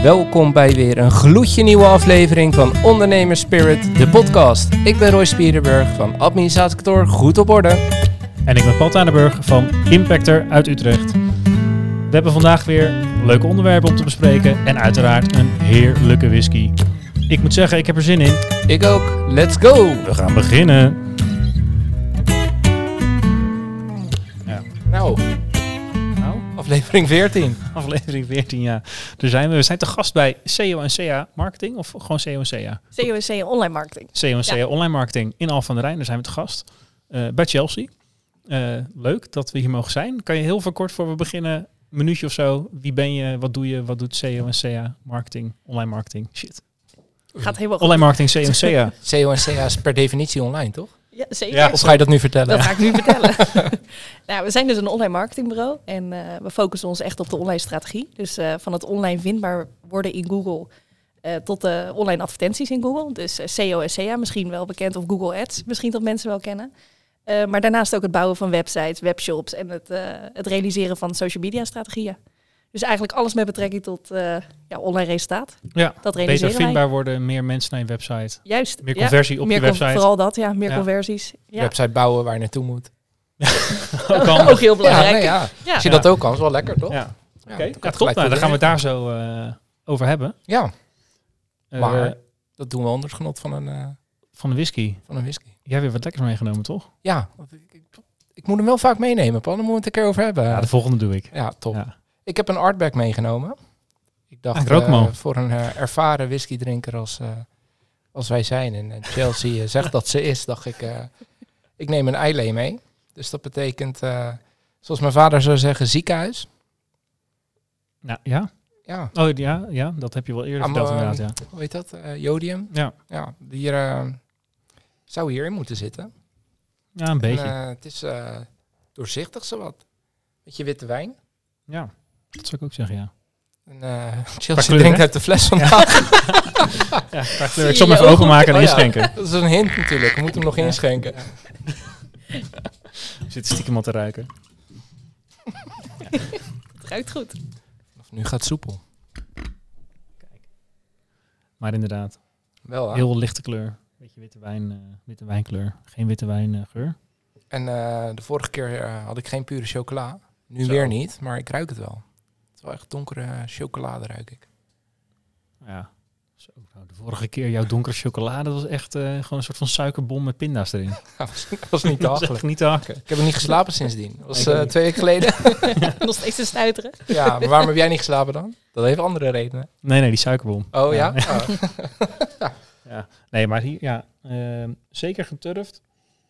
welkom bij weer een gloedje nieuwe aflevering van Ondernemers Spirit, de podcast. Ik ben Roy Spierenburg van Administratiekantoor Goed op Orde. En ik ben Paul Tanenburg van Impactor uit Utrecht. We hebben vandaag weer leuke onderwerpen om te bespreken en uiteraard een heerlijke whisky. Ik moet zeggen, ik heb er zin in. Ik ook. Let's go! We gaan beginnen. Ja. Nou, aflevering 14. Aflevering 14, ja. Daar zijn we. We zijn te gast bij CO & CA Marketing of gewoon CO & CA? CO & CA Online Marketing. CO & CA Online Marketing in Alphen aan de Rijn. Daar zijn we te gast. Bij Chelsea. Leuk dat we hier mogen zijn. Kan je heel veel kort voor we beginnen, een minuutje of zo. Wie ben je? Wat doe je? Wat doet CO & CA Marketing? Online Marketing? Shit. Gaat helemaal goed. Online Marketing, CO & CA. CO & CA is per definitie online, toch? Ja, zeker. Ja, Of ga je dat nu vertellen? Dat ga ik nu vertellen. Nou, we zijn dus een online marketingbureau en we focussen ons echt op de online strategie. Dus van het online vindbaar worden in Google tot de online advertenties in Google. Dus CO & CA misschien wel bekend of Google Ads misschien dat mensen wel kennen. Maar daarnaast ook het bouwen van websites, webshops en het realiseren van social media strategieën. Dus eigenlijk alles met betrekking tot online resultaat. Ja, dat beter vindbaar worden, meer mensen naar je website. Juist. Meer conversie op je website. Vooral dat, ja. Meer conversies. Ja. Website bouwen waar je naartoe moet. Ook heel belangrijk. Ja. Als je dat ook kan, is wel lekker, toch? Ja. Oké, top. top. Nou, daar gaan we het daar zo over hebben. Ja. Maar dat doen we onder het genot van een whisky. Van een whisky. Jij hebt weer wat lekkers meegenomen, toch? Ja. Ik moet hem wel vaak meenemen, Paul. Daar moeten we het een keer over hebben. Ja, de volgende doe ik. Ja, top. Ja. Ik heb een artbag meegenomen. Ik dacht, voor een ervaren whiskydrinker als wij zijn en Chelsea zegt dat ze is, dacht ik neem een eilee mee. Dus dat betekent, zoals mijn vader zou zeggen, ziekenhuis. Nou, ja. Ja. Oh ja, dat heb je wel eerder verteld inderdaad, ja. Hoe heet dat? Jodium? Ja. Ja, die zou hierin moeten zitten. Ja, een beetje. Het is doorzichtig zowat. Beetje witte wijn. Ja, dat zou ik ook zeggen, ja. En Chelsea drinkt uit de fles vandaag. Ja, ik zal hem even openmaken en inschenken. Dat is een hint natuurlijk. We moeten hem nog inschenken. Zit stiekem al te ruiken. Het ruikt goed. Nu gaat het soepel. Kijk. Maar inderdaad. Wel, heel lichte kleur. Beetje witte wijnkleur. Geen witte wijngeur. En de vorige keer had ik geen pure chocola. Nu Zo. weer niet, maar ik ruik het wel. Het is wel echt donkere chocolade ruik ik. Ja. Zo, nou, de vorige keer jouw donkere chocolade was echt gewoon een soort van suikerbom met pinda's erin. was niet te Dat was hakken. echt niet te hakken. Ik heb er niet geslapen sindsdien. Dat was 2 weken geleden. Nog steeds te stuiteren. Ja, maar waarom heb jij niet geslapen dan? Dat heeft andere redenen. Nee, die suikerbom. Oh ja? Ja. Nee, maar hier, zeker geturfd.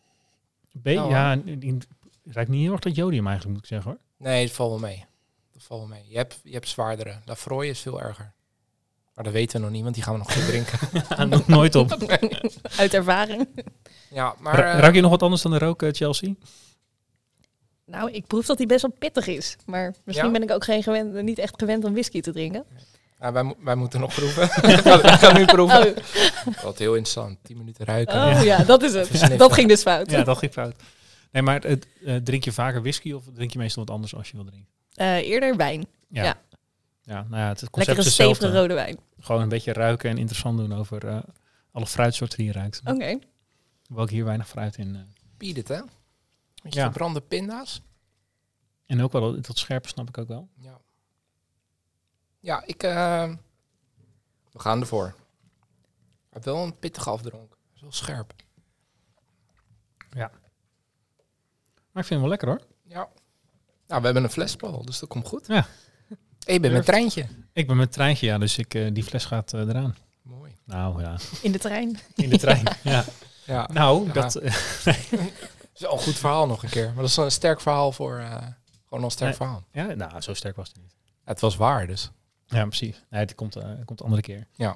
Die ruikt niet heel erg dat jodium eigenlijk, moet ik zeggen, hoor. Nee, dat valt wel mee. Je hebt zwaardere. Lafroy is veel erger. Maar dat weten we nog niet, want die gaan we nog niet drinken. Nog nooit op. Uit ervaring. Ja, maar ruik je nog wat anders dan de rook, Chelsea? Nou, ik proef dat hij best wel pittig is. Maar misschien ben ik ook niet echt gewend om whisky te drinken. Ja, wij moeten nog proeven. Ik ga nu proeven. Oh. Wat heel interessant. 10 minuten ruiken. Oh ja, dat is het. Dat ging dus fout. Ja, dat ging fout. Nee, maar drink je vaker whisky of drink je meestal wat anders als je wil drinken? Eerder wijn. Ja. Ja, nou ja, het concept lekker is een hetzelfde. stevige rode wijn. Gewoon een beetje ruiken en interessant doen over alle fruitsoorten die je ruikt. Oké. Hoewel ik hier weinig fruit in. Bied het, hè? Beetje verbrande pinda's. En ook wel dat scherpe snap ik ook wel. Ja, we gaan ervoor. Ik heb wel een pittige afdronk. Dat is wel scherp. Ja. Maar ik vind hem wel lekker, hoor. Ja. Nou, we hebben een fles, Paul, dus dat komt goed. Ja. Je bent met treintje. Ik ben met treintje, ja, dus die fles gaat eraan. Mooi. Nou, ja. In de trein. In de trein, ja. Nou, dat... is wel een goed verhaal nog een keer. Maar dat is een sterk verhaal voor... gewoon een sterk verhaal. Ja, nou, zo sterk was het niet. Het was waar, dus. Ja, precies. Nee, het komt de andere keer. Ja.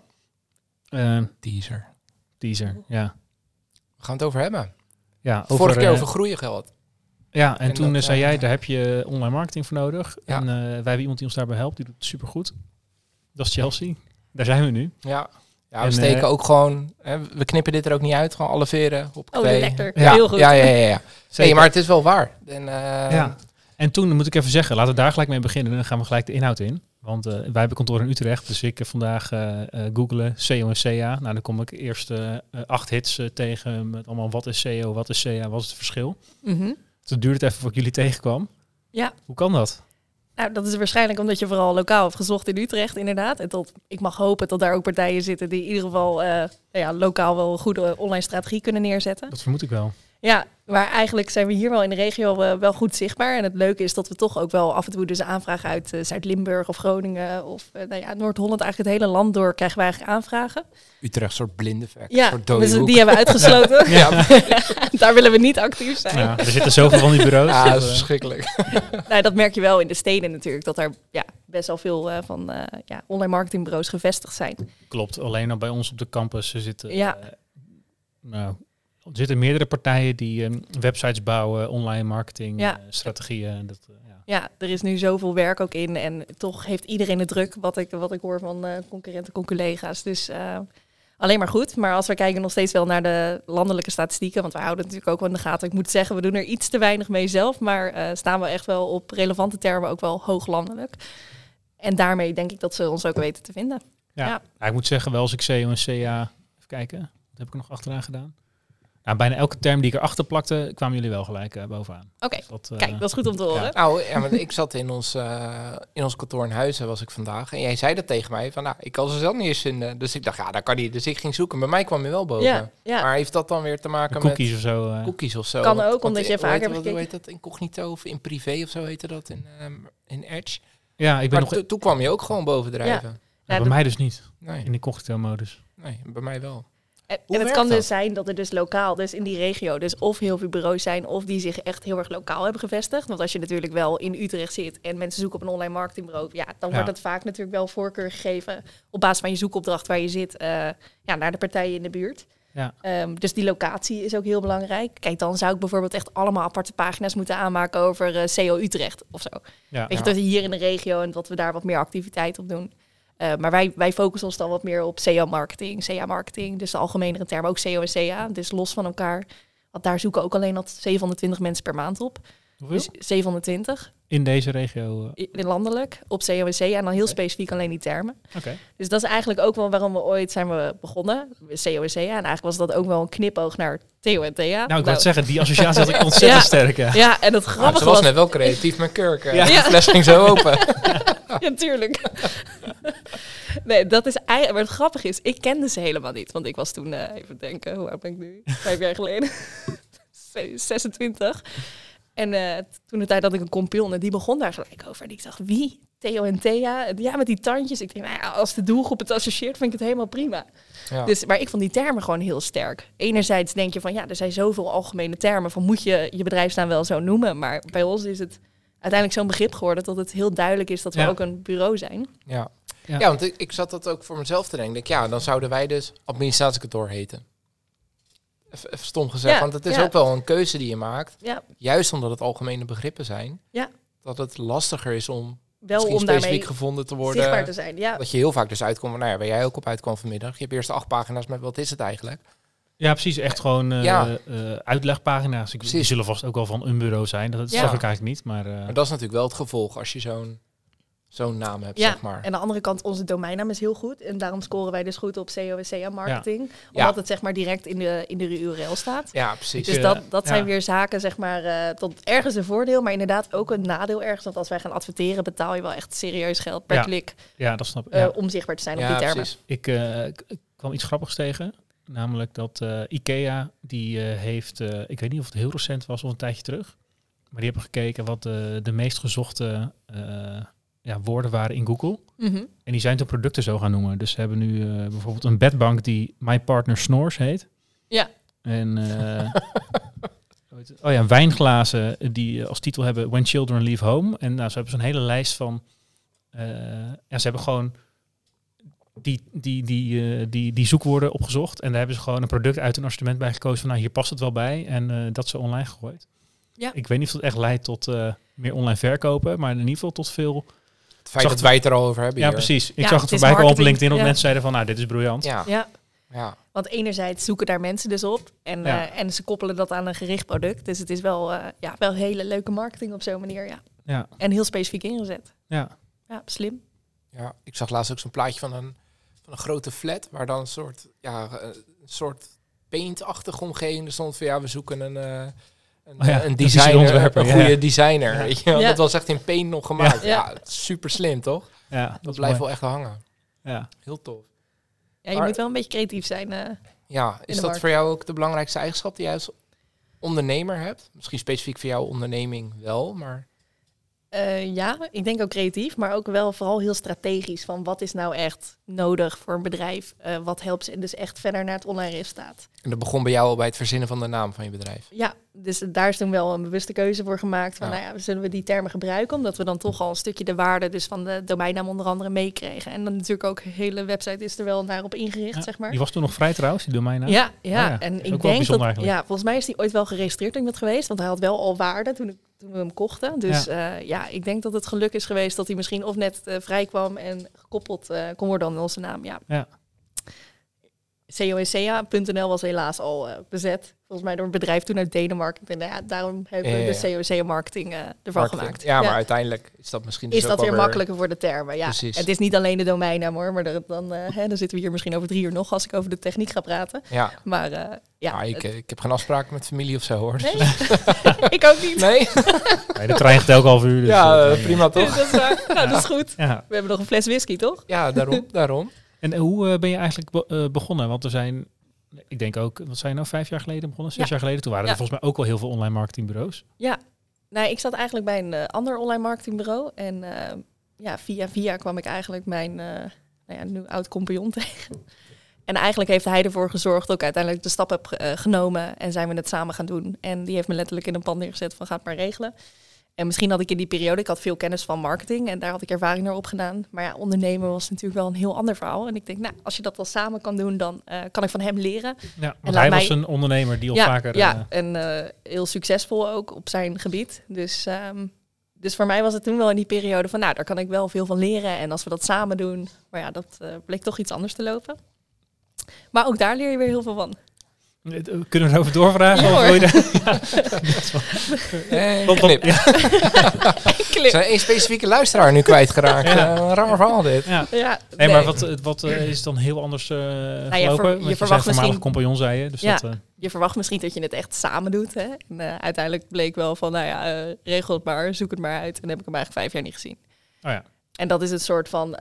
Teaser, ja. We gaan het over hebben. Ja, vorige keer over groeien gehad. Ja, en toen zei jij, daar heb je online marketing voor nodig. Ja. En wij hebben iemand die ons daarbij helpt. Die doet het supergoed. Dat is Chelsea. Daar zijn we nu. Ja, we steken ook gewoon... we knippen dit er ook niet uit. Gewoon alle veren op twee. Lekker. Ja. Heel goed. Ja. Nee, maar het is wel waar. En toen moet ik even zeggen, laten we daar gelijk mee beginnen. Dan gaan we gelijk de inhoud in. Want wij hebben kantoor in Utrecht, dus ik vandaag googelen SEO en CA. Nou, dan kom ik eerst 8 hits tegen met allemaal wat is SEO, wat is CA, wat is het verschil. Mm-hmm. Toen duurde het even voordat ik jullie tegenkwam. Ja. Hoe kan dat? Nou, dat is waarschijnlijk omdat je vooral lokaal hebt gezocht in Utrecht, inderdaad. En ik mag hopen dat daar ook partijen zitten die in ieder geval lokaal wel een goede online strategie kunnen neerzetten. Dat vermoed ik wel. Ja, maar eigenlijk zijn we hier wel in de regio wel goed zichtbaar. En het leuke is dat we toch ook wel af en toe dus aanvragen uit Zuid-Limburg of Groningen of Noord-Holland, eigenlijk het hele land door krijgen we eigenlijk aanvragen. Utrecht, een soort blinde vlek. Ja, soort dode dus hoek. die hebben we uitgesloten. Daar willen we niet actief zijn. Ja, er zitten zoveel van die bureaus. Ja, dat is verschrikkelijk. Nou, dat merk je wel in de steden natuurlijk, dat er best wel veel van online marketingbureaus gevestigd zijn. Klopt, alleen al bij ons op de campus zitten... Ja. Er zitten meerdere partijen die websites bouwen, online marketing, strategieën. Ja, er is nu zoveel werk ook in en toch heeft iedereen de druk, wat ik hoor van concurrenten, collega's. Dus alleen maar goed. Maar als we kijken nog steeds wel naar de landelijke statistieken, want wij houden het natuurlijk ook wel in de gaten. Ik moet zeggen, we doen er iets te weinig mee zelf, maar staan we echt wel op relevante termen ook wel hooglandelijk. En daarmee denk ik dat ze ons ook weten te vinden. Ja, ik moet zeggen, wel als ik SEO en CA... Even kijken, dat heb ik er nog achteraan gedaan. Nou, bijna elke term die ik erachter plakte, kwamen jullie wel gelijk bovenaan. Oké, dus kijk, dat is goed om te horen. Ja. Nou, want ik zat in ons kantoor in Huizen, was ik vandaag. En jij zei dat tegen mij, van ik kan ze zelf niet eens vinden. Dus ik dacht, dat kan niet. Dus ik ging zoeken. Bij mij kwam je wel boven. Ja. Maar heeft dat dan weer te maken cookies met... of zo? Cookies of zo. Kan ook, omdat je vaker hebt gekeken. Hoe heet dat? Incognito of in privé of zo heette dat in Edge. Ja, ik ben nog... Toen kwam je ook gewoon bovendrijven. Ja, bij mij dus niet. Nee. In de incognito-modus. Nee, bij mij wel. En het kan dus zijn dat er dus lokaal, dus in die regio, dus of heel veel bureaus zijn of die zich echt heel erg lokaal hebben gevestigd. Want als je natuurlijk wel in Utrecht zit en mensen zoeken op een online marketingbureau, dan wordt het vaak natuurlijk wel voorkeur gegeven op basis van je zoekopdracht waar je zit, naar de partijen in de buurt. Ja. Dus die locatie is ook heel belangrijk. Kijk, dan zou ik bijvoorbeeld echt allemaal aparte pagina's moeten aanmaken over SEO Utrecht of zo. Ja. Weet je, dat hier in de regio en dat we daar wat meer activiteit op doen. Maar wij focussen ons dan wat meer op SEO-marketing, CA-marketing. Dus de algemenere termen, ook SEO en CA. Dus los van elkaar. Want daar zoeken ook alleen al 720 mensen per maand op. Hoeveel? Dus 720. In deze regio? Landelijk, op SEO en CA. En dan heel specifiek alleen die termen. Okay. Dus dat is eigenlijk ook wel waarom we ooit zijn begonnen. SEO en CA. En eigenlijk was dat ook wel een knipoog naar Theo en Thea. Nou, ik wou zeggen, die associatie had ik ontzettend sterk. Ja, en het grappige ze was net wel creatief met kurken. Ja. De fles ging zo open. Ja, tuurlijk. Nee, dat is eigenlijk... Maar het grappige is, ik kende ze helemaal niet. Want ik was toen, even denken, hoe oud ben ik nu? 5 jaar geleden. 26. En toen de tijd dat ik een compilne, die begon daar gelijk over. En ik dacht, wie? Theo en Thea? Ja, met die tandjes. Ik denk, als de doelgroep het associeert, vind ik het helemaal prima. Ja. Dus, maar ik vond die termen gewoon heel sterk. Enerzijds denk je van, er zijn zoveel algemene termen. Van, moet je je bedrijfsnaam wel zo noemen? Maar bij ons is het uiteindelijk zo'n begrip geworden dat het heel duidelijk is dat we ook een bureau zijn. Ja, want ik zat dat ook voor mezelf te denken. Dan zouden wij dus administratiekantoor heten. Even stom gezegd, want het is ook wel een keuze die je maakt. Ja. Juist omdat het algemene begrippen zijn. Ja. Dat het lastiger is om wel om specifiek gevonden te worden. Zichtbaar te zijn, Dat je heel vaak dus uitkomt, waar jij ook op uitkwam vanmiddag. Je hebt eerst 8 pagina's met wat is het eigenlijk? Ja, precies. Echt gewoon uitlegpagina's. Die zullen vast ook wel van een bureau zijn. Dat zag ik eigenlijk niet. Maar dat is natuurlijk wel het gevolg als je zo'n naam hebt, zeg maar. En aan de andere kant, onze domeinnaam is heel goed. En daarom scoren wij dus goed op SEO en CA-marketing. Omdat het zeg maar direct in de URL staat. Ja, precies. Dus dat zijn weer zaken, zeg maar, tot ergens een voordeel. Maar inderdaad ook een nadeel ergens. Want als wij gaan adverteren, betaal je wel echt serieus geld per klik. Ja, dat snap ik. Om zichtbaar te zijn op die termen. Precies. Ik kwam iets grappigs tegen. Namelijk dat IKEA, die heeft, ik weet niet of het heel recent was of een tijdje terug. Maar die hebben gekeken wat de meest gezochte woorden waren in Google. Mm-hmm. En die zijn toen producten zo gaan noemen. Dus ze hebben nu bijvoorbeeld een bedbank die My Partner Snores heet. Ja. En wijnglazen die als titel hebben When Children Leave Home. En ze hebben zo'n hele lijst van... ze hebben gewoon die zoekwoorden opgezocht. En daar hebben ze gewoon een product uit een assortiment bij gekozen van hier past het wel bij. En dat ze online gegooid. Ja. Ik weet niet of het echt leidt tot meer online verkopen, maar in ieder geval tot veel... Het feit dat wij het er al over hebben. Ja, hier. Precies. Ik zag het voorbij komen op LinkedIn dat mensen zeiden van, dit is briljant. Ja. Want enerzijds zoeken daar mensen dus op en ze koppelen dat aan een gericht product. Dus het is wel hele leuke marketing op zo'n manier. Ja. En heel specifiek ingezet. Ja, slim. Ja, ik zag laatst ook zo'n plaatje van een grote flat, waar dan een soort paint-achtige omgeving. Er stond van we zoeken een designer, een goede designer. Weet je? Dat was echt in paint nog gemaakt. Ja, super slim, toch? Ja, dat blijft wel echt hangen. Ja, heel tof. Ja, je moet wel een beetje creatief zijn. Is dat voor jou ook de belangrijkste eigenschap die jij als ondernemer hebt? Misschien specifiek voor jouw onderneming wel, maar... Ja, ik denk ook creatief, maar ook wel vooral heel strategisch. Van wat is nou echt nodig voor een bedrijf? Wat helpt ze dus echt verder naar het online resultaat? En dat begon bij jou al bij het verzinnen van de naam van je bedrijf? Ja, dus daar is toen wel een bewuste keuze voor gemaakt. Van zullen we die termen gebruiken? Omdat we dan toch al een stukje de waarde dus van de domeinnaam onder andere meekregen. En dan natuurlijk ook de hele website is er wel daarop ingericht, zeg maar. Die was toen nog vrij trouwens, die domeinnaam? Ja. En ik denk dat, volgens mij is die ooit wel geregistreerd toen ik dat geweest. Want hij had wel al waarde toen we hem kochten. Dus ik denk dat het geluk is geweest dat hij misschien of net vrij kwam en gekoppeld kon worden aan onze naam. Ja. COCA.nl was helaas al bezet. Volgens mij door een bedrijf toen uit Denemarken. En daarom hebben we de COCA-marketing ervan gemaakt. Ja, maar uiteindelijk is dat misschien dus is dat weer makkelijker voor de termen. Ja, precies. Het is niet alleen de domeinnaam hoor, maar dan zitten we hier misschien over 3 uur nog als ik over de techniek ga praten. Ja. Maar ik heb geen afspraken met familie of zo hoor. Nee? Ik ook niet. Nee? De trein gaat elke half uur. Dus prima toch? Dat is waar. Nou, dat is goed. Ja. We hebben nog een fles whisky, toch? Ja, daarom. En hoe ben je eigenlijk begonnen? Want er zijn, ik denk ook, wat zijn nou 5 jaar geleden begonnen? 6 jaar geleden? Toen waren er volgens mij ook al heel veel online marketingbureaus. Ja, ik zat eigenlijk bij een ander online marketingbureau. En via kwam ik eigenlijk mijn nu oud compagnon tegen. En eigenlijk heeft hij ervoor gezorgd dat ik uiteindelijk de stap heb genomen. En zijn we het samen gaan doen. En die heeft me letterlijk in een pan neergezet van ga het maar regelen. En misschien had ik in die periode, ik had veel kennis van marketing en daar had ik ervaring naar opgedaan. Maar ondernemen was natuurlijk wel een heel ander verhaal. En ik denk, als je dat wel samen kan doen, dan kan ik van hem leren. Ja, want hij was een ondernemer die al vaker... en heel succesvol ook op zijn gebied. Dus voor mij was het toen wel in die periode van, daar kan ik wel veel van leren. En als we dat samen doen, maar dat bleek toch iets anders te lopen. Maar ook daar leer je weer heel veel van. Kunnen we erover doorvragen? Ja, of wil je Zijn één specifieke luisteraar nu kwijtgeraakt. Raar verhaal dit. Maar wat is dan heel anders gelopen? Je verwacht misschien compagnon, zei je. Dus je verwacht misschien dat je het echt samen doet. Hè? En, uiteindelijk bleek wel van, regel het maar, zoek het maar uit. En dan heb ik hem eigenlijk 5 jaar niet gezien. Oh ja. En dat is het soort van...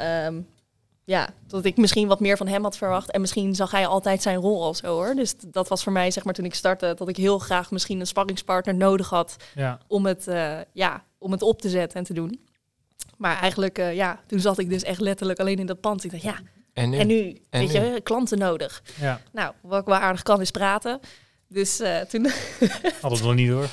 dat ik misschien wat meer van hem had verwacht. En misschien zag hij altijd zijn rol al zo hoor. Dus dat was voor mij, zeg maar, toen ik startte, dat ik heel graag misschien een sparringspartner nodig had om het op te zetten en te doen. Maar eigenlijk, toen zat ik dus echt letterlijk alleen in dat pand. Ik dacht, en nu? Weet je, klanten nodig. Ja. Nou, wat ik wel aardig kan is praten. Dus toen... Had het nog niet hoor.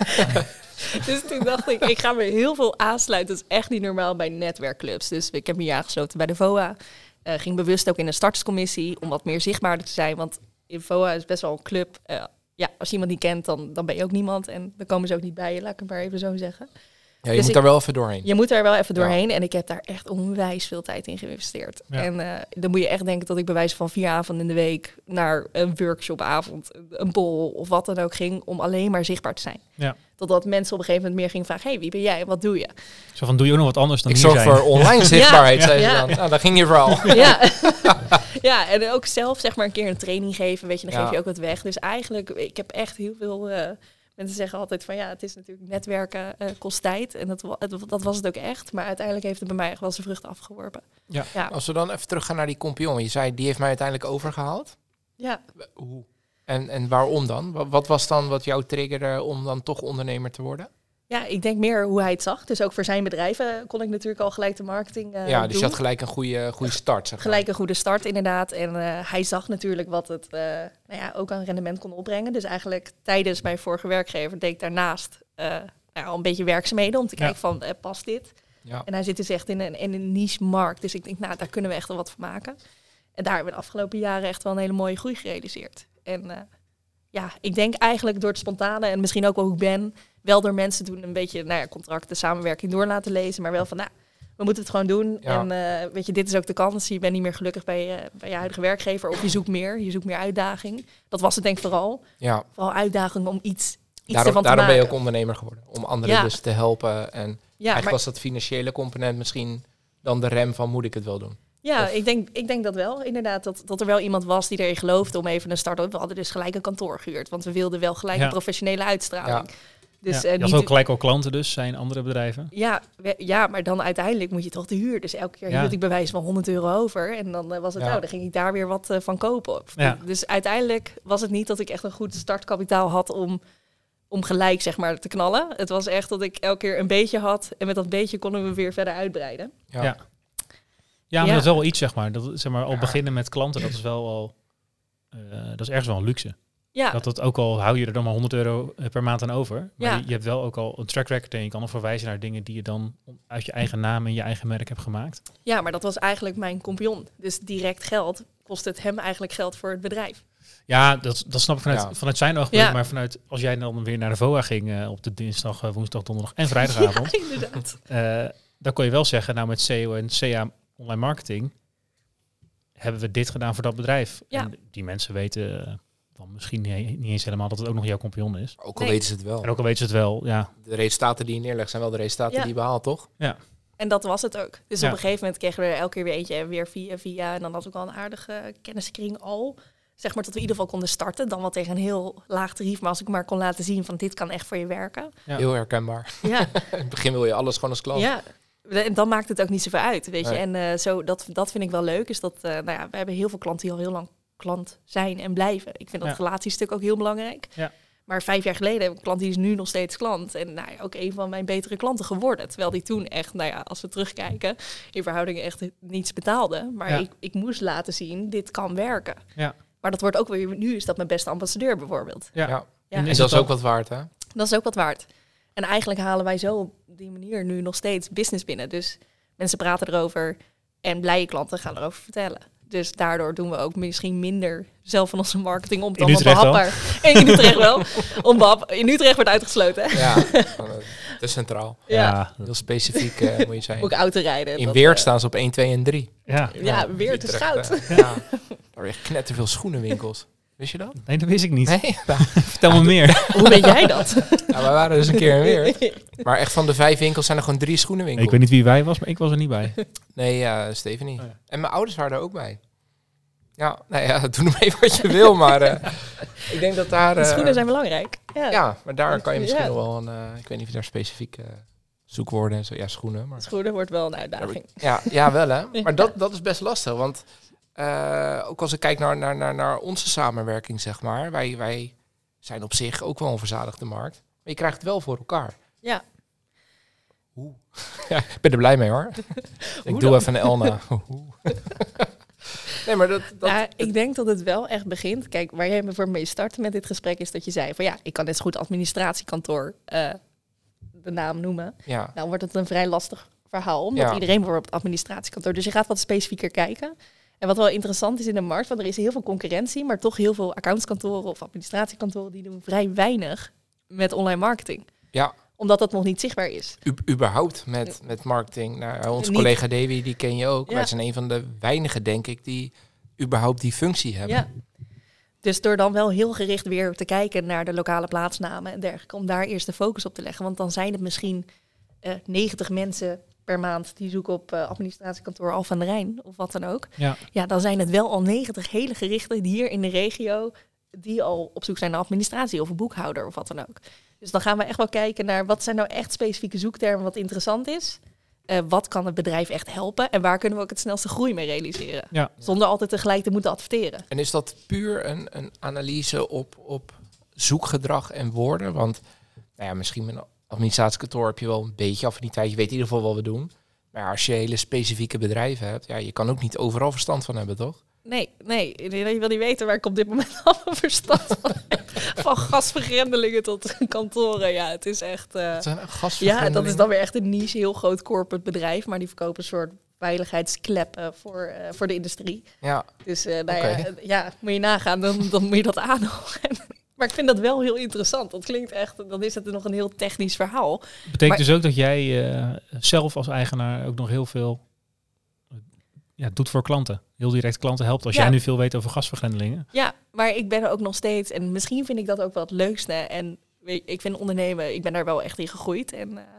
Dus toen dacht ik ga me heel veel aansluiten. Dat is echt niet normaal bij netwerkclubs. Dus ik heb me hier aangesloten bij de VOA. Ging bewust ook in een starterscommissie om wat meer zichtbaarder te zijn. Want in VOA is best wel een club. Als je iemand niet kent, dan ben je ook niemand. En dan komen ze ook niet bij je, laat ik het maar even zo zeggen. Ja, je moet daar wel even doorheen. Je moet er wel even doorheen. En ik heb daar echt onwijs veel tijd in geïnvesteerd. Ja. En dan moet je echt denken dat ik bij wijze van 4 avonden in de week naar een workshopavond, een borrel of wat dan ook ging, om alleen maar zichtbaar te zijn. Ja. Totdat mensen op een gegeven moment meer gingen vragen, wie ben jij? Wat doe je? Zo van, doe je ook nog wat anders dan ik zorg voor online zichtbaarheid, zei ze dan. Nou, daar ging je vooral. Ja, en ook zelf zeg maar een keer een training geven, weet je, dan geef je ook wat weg. Dus eigenlijk, ik heb echt heel veel... Mensen zeggen altijd van het is natuurlijk netwerken, kost tijd. En dat was het ook echt. Maar uiteindelijk heeft het bij mij echt wel zijn vruchten afgeworpen. Ja. Als we dan even teruggaan naar die compagnon. Je zei, die heeft mij uiteindelijk overgehaald. Ja. Hoe? En waarom dan? Wat was dan wat jou triggerde om dan toch ondernemer te worden? Ja, ik denk meer hoe hij het zag. Dus ook voor zijn bedrijven kon ik natuurlijk al gelijk de marketing dus doen. Je had gelijk een goede start. Zeg maar. Gelijk een goede start, inderdaad. En hij zag natuurlijk wat het ook aan rendement kon opbrengen. Dus eigenlijk tijdens mijn vorige werkgever deed ik daarnaast al een beetje werkzaamheden om te kijken van, past dit? Ja. En hij zit dus echt in een niche markt. Dus ik denk, daar kunnen we echt wel wat van maken. En daar hebben we de afgelopen jaren echt wel een hele mooie groei gerealiseerd. En ik denk eigenlijk door het spontane en misschien ook wel hoe ik ben, wel door mensen toen een beetje contracten, samenwerking door laten lezen, maar wel van, we moeten het gewoon doen. Ja. En weet je, dit is ook de kans. Je bent niet meer gelukkig bij je huidige werkgever of je zoekt meer uitdaging. Dat was het denk ik vooral. Ja. Vooral uitdaging om iets ervan te maken. Daarom ben je ook ondernemer geworden, om anderen dus te helpen. En eigenlijk was dat financiële component misschien dan de rem van moet ik het wel doen? Ja, ik denk dat wel. Inderdaad, dat er wel iemand was die erin geloofde om even een start-up. We hadden dus gelijk een kantoor gehuurd, want we wilden wel gelijk een professionele uitstraling. Ja. Dus, je had ook gelijk al klanten dus, zijn andere bedrijven. Ja, maar dan uiteindelijk moet je toch de huur. Dus elke keer hield ik bij wijze van €100 over. En dan was het dan ging ik daar weer wat van kopen. Ja. Dus uiteindelijk was het niet dat ik echt een goed startkapitaal had om gelijk zeg maar te knallen. Het was echt dat ik elke keer een beetje had. En met dat beetje konden we weer verder uitbreiden. Ja, maar dat is wel iets, zeg maar. Dat, zeg maar, al beginnen met klanten, dat is wel al... dat is ergens wel een luxe. Ja. Dat ook al hou je er dan maar €100 per maand aan over. Maar Ja. je hebt wel ook al een track record en je kan er verwijzen naar dingen die je dan uit je eigen naam en je eigen merk hebt gemaakt. Ja, maar dat was eigenlijk mijn compagnon. Dus direct geld kost het hem eigenlijk geld voor het bedrijf. Ja, dat snap ik vanuit zijn oogpunt. Ja. Maar vanuit als jij dan weer naar de VOA ging op de dinsdag, woensdag, donderdag en vrijdagavond. Ja, inderdaad. Dan kon je wel zeggen, nou met SEO en CA online marketing hebben we dit gedaan voor dat bedrijf. Ja. En die mensen weten dan misschien niet eens helemaal dat het ook nog jouw compagnon is. Ook al weten ze het wel. En ook al weten ze het wel, ja. De resultaten die je neerlegt zijn wel de resultaten die je behaalt, toch? Ja. En dat was het ook. Dus op een gegeven moment kregen we er elke keer weer eentje en weer via. En dan had ik al een aardige kenniskring al. Zeg maar dat we in ieder geval konden starten. Dan wel tegen een heel laag tarief. Maar als ik maar kon laten zien van dit kan echt voor je werken. Ja. Heel herkenbaar. Ja. In het begin wil je alles gewoon als klant. Ja. En dan maakt het ook niet zoveel uit, weet je. Nee. En dat vind ik wel leuk. Is dat, we hebben heel veel klanten die al heel lang klant zijn en blijven. Ik vind dat relatiestuk ook heel belangrijk. Ja. Maar 5 jaar geleden heb ik een klant die is nu nog steeds klant. En ook een van mijn betere klanten geworden. Terwijl die toen echt, als we terugkijken, in verhoudingen echt niets betaalde. Maar ik moest laten zien, dit kan werken. Ja. Maar dat wordt ook weer, nu is dat mijn beste ambassadeur bijvoorbeeld. Ja. En dat is ook wat waard, hè? Dat is ook wat waard. En eigenlijk halen wij zo op die manier nu nog steeds business binnen. Dus mensen praten erover en blije klanten gaan erover vertellen. Dus daardoor doen we ook misschien minder zelf van onze marketing om dan behapbaar. En in Utrecht wel. In Utrecht wordt uitgesloten. Hè? Ja, te centraal. Ja. Heel specifiek moet je zijn. Ook autorijden. In Weert staan ze op 1, 2 en 3. Ja, Weert is goud. Daar echt knetterveel schoenenwinkels. Wist je dat? Nee, dat wist ik niet. Nee? Vertel me meer. Hoe weet jij dat? Nou, we waren dus een keer in Weert. Maar echt van de 5 winkels zijn er gewoon 3 schoenenwinkels. Ik weet niet wie wij was, maar ik was er niet bij. Nee, Stephanie. Oh, ja. En mijn ouders waren er ook bij. Ja, doe nog even wat je wil, maar ik denk dat daar... De schoenen zijn belangrijk. Ja, maar daar kan je misschien nog wel een... ik weet niet of je daar specifiek zoekwoorden en zo... Ja, schoenen. Maar... Schoenen wordt wel een uitdaging. Ja, wel hè. Maar dat is best lastig, want... ook als ik kijk naar onze samenwerking, zeg maar. Wij zijn op zich ook wel een verzadigde markt. Maar je krijgt het wel voor elkaar. Ja. Ja, ik ben er blij mee hoor. Ik doe even een Elna. Nee, maar ik denk dat het wel echt begint. Kijk, waar jij me voor mee startte met dit gesprek is dat je zei van ik kan net zo goed administratiekantoor de naam noemen. Ja. Nou wordt het een vrij lastig verhaal, omdat iedereen bijvoorbeeld administratiekantoor. Dus je gaat wat specifieker kijken. En wat wel interessant is in de markt, want er is heel veel concurrentie, maar toch heel veel accountskantoren of administratiekantoren die doen vrij weinig met online marketing. Ja. Omdat dat nog niet zichtbaar is. Überhaupt met marketing. Nou, onze collega Davy, die ken je ook. Ja. Wij zijn een van de weinigen, denk ik, die überhaupt die functie hebben. Ja. Dus door dan wel heel gericht weer te kijken naar de lokale plaatsnamen en dergelijke, om daar eerst de focus op te leggen. Want dan zijn het misschien 90 mensen per maand die zoeken op administratiekantoor Alphen aan de Rijn of wat dan ook. Ja, dan zijn het wel al 90 hele gerichten hier in de regio die al op zoek zijn naar administratie of een boekhouder of wat dan ook. Dus dan gaan we echt wel kijken naar wat zijn nou echt specifieke zoektermen wat interessant is. Wat kan het bedrijf echt helpen en waar kunnen we ook het snelste groei mee realiseren. Ja. Zonder altijd tegelijk te moeten adverteren. En is dat puur een analyse op zoekgedrag en woorden? Want misschien met een administratiekantoor heb je wel een beetje affiniteit. Je weet in ieder geval wat we doen. Maar als je hele specifieke bedrijven hebt, je kan ook niet overal verstand van hebben, toch? Nee. Je wil niet weten waar ik op dit moment allemaal verstand van heb. Van gasvergrendelingen tot kantoren. Ja, het is echt... dat is dan weer echt een niche, heel groot corporate bedrijf. Maar die verkopen een soort veiligheidskleppen voor de industrie. Ja. Dus moet je nagaan, dan moet je dat aanhouden. Maar ik vind dat wel heel interessant. Dat klinkt echt, dan is het nog een heel technisch verhaal. Betekent dus ook dat jij zelf als eigenaar ook nog heel veel doet voor klanten. Heel direct klanten helpt als jij nu veel weet over gasvergrendelingen. Ja, maar ik ben er ook nog steeds. En misschien vind ik dat ook wel het leukste. En ik vind ondernemen, ik ben daar wel echt in gegroeid. En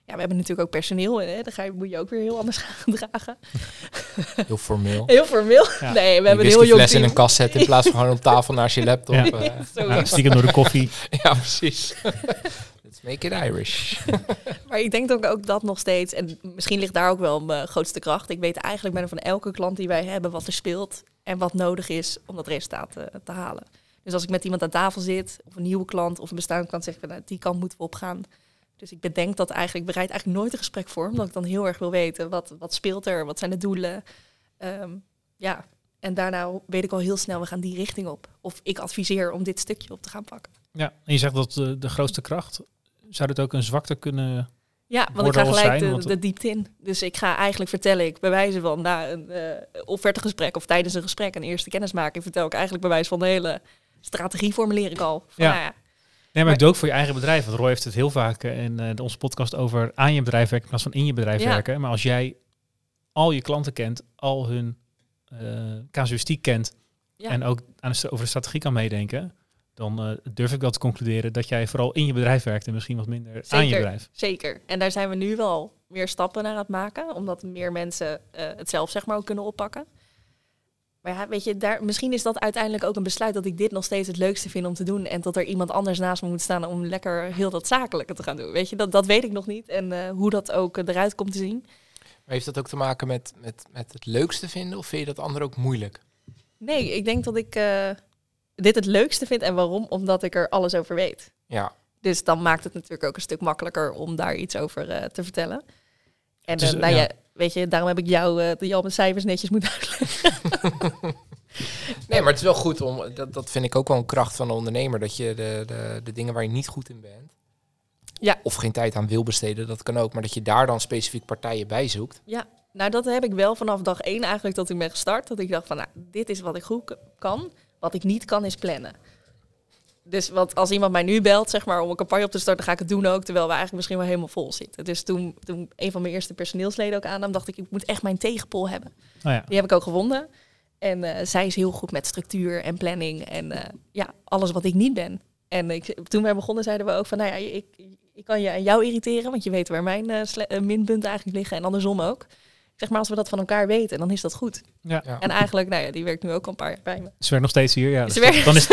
Ja, we hebben natuurlijk ook personeel. Hè? Dan moet je ook weer heel anders gaan gedragen. Heel formeel. Heel formeel. Ja. Nee, we hebben een heel jong fles team. in een kast zetten in plaats van gewoon op tafel naast je laptop. Stiekem door de koffie. Ja, precies. Let's make it Irish. Maar ik denk ook dat nog steeds. En misschien ligt daar ook wel mijn grootste kracht. Ik weet eigenlijk bijna van elke klant die wij hebben wat er speelt. En wat nodig is om dat resultaat te halen. Dus als ik met iemand aan tafel zit, of een nieuwe klant of een bestaande klant, zeg ik, nou, die kant moeten we opgaan. Dus ik bedenk dat eigenlijk, bereid eigenlijk nooit een gesprek voor, omdat ik dan heel erg wil weten, wat speelt er, wat zijn de doelen. En daarna weet ik al heel snel, we gaan die richting op. Of ik adviseer om dit stukje op te gaan pakken. Ja, en je zegt dat de grootste kracht, zou dit ook een zwakte kunnen Ja, want ik ga gelijk de diepte in. Dus ik ga eigenlijk vertellen, bij wijze van na een offertegesprek of tijdens een gesprek, een eerste kennismaking, vertel ik eigenlijk bij wijze van de hele strategie formuleer ik al. Van, Nee, maar ik doe ook voor je eigen bedrijf. Want Roy heeft het heel vaak in onze podcast over aan je bedrijf werken in plaats van in je bedrijf werken. Maar als jij al je klanten kent, al hun casuïstiek kent en ook over de strategie kan meedenken, dan durf ik wel te concluderen dat jij vooral in je bedrijf werkt en misschien wat minder aan je bedrijf. Zeker. En daar zijn we nu wel meer stappen naar aan het maken, omdat meer mensen het zelf zeg maar ook kunnen oppakken. Maar ja, weet je, misschien is dat uiteindelijk ook een besluit dat ik dit nog steeds het leukste vind om te doen. En dat er iemand anders naast me moet staan om lekker heel dat zakelijke te gaan doen. Weet je, dat weet ik nog niet. En hoe dat ook eruit komt te zien. Maar heeft dat ook te maken met het leukste vinden? Of vind je dat ander ook moeilijk? Nee, ik denk dat ik dit het leukste vind. En waarom? Omdat ik er alles over weet. Ja. Dus dan maakt het natuurlijk ook een stuk makkelijker om daar iets over te vertellen. En dus, weet je, daarom heb ik jou met cijfers netjes moeten uitleggen. Nee, maar het is wel goed om, dat vind ik ook wel een kracht van een ondernemer, dat je de dingen waar je niet goed in bent, of geen tijd aan wil besteden, dat kan ook, maar dat je daar dan specifiek partijen bij zoekt. Ja, nou dat heb ik wel vanaf dag 1 eigenlijk dat ik ben gestart, dat ik dacht van, nou, dit is wat ik goed kan, wat ik niet kan is plannen. Dus want als iemand mij nu belt, zeg maar, om een campagne op te starten, ga ik het doen ook, terwijl we eigenlijk misschien wel helemaal vol zitten. Dus toen een van mijn eerste personeelsleden ook aannam, dacht ik moet echt mijn tegenpol hebben. Oh ja. Die heb ik ook gevonden. En zij is heel goed met structuur en planning en alles wat ik niet ben. En toen wij begonnen zeiden we ook van, nou ja, ik kan je aan jou irriteren, want je weet waar mijn minpunten eigenlijk liggen en andersom ook. Zeg maar, als we dat van elkaar weten, dan is dat goed. Ja. En eigenlijk, nou ja, die werkt nu ook al een paar jaar bij me. Ze werkt nog steeds hier, ja. Dan is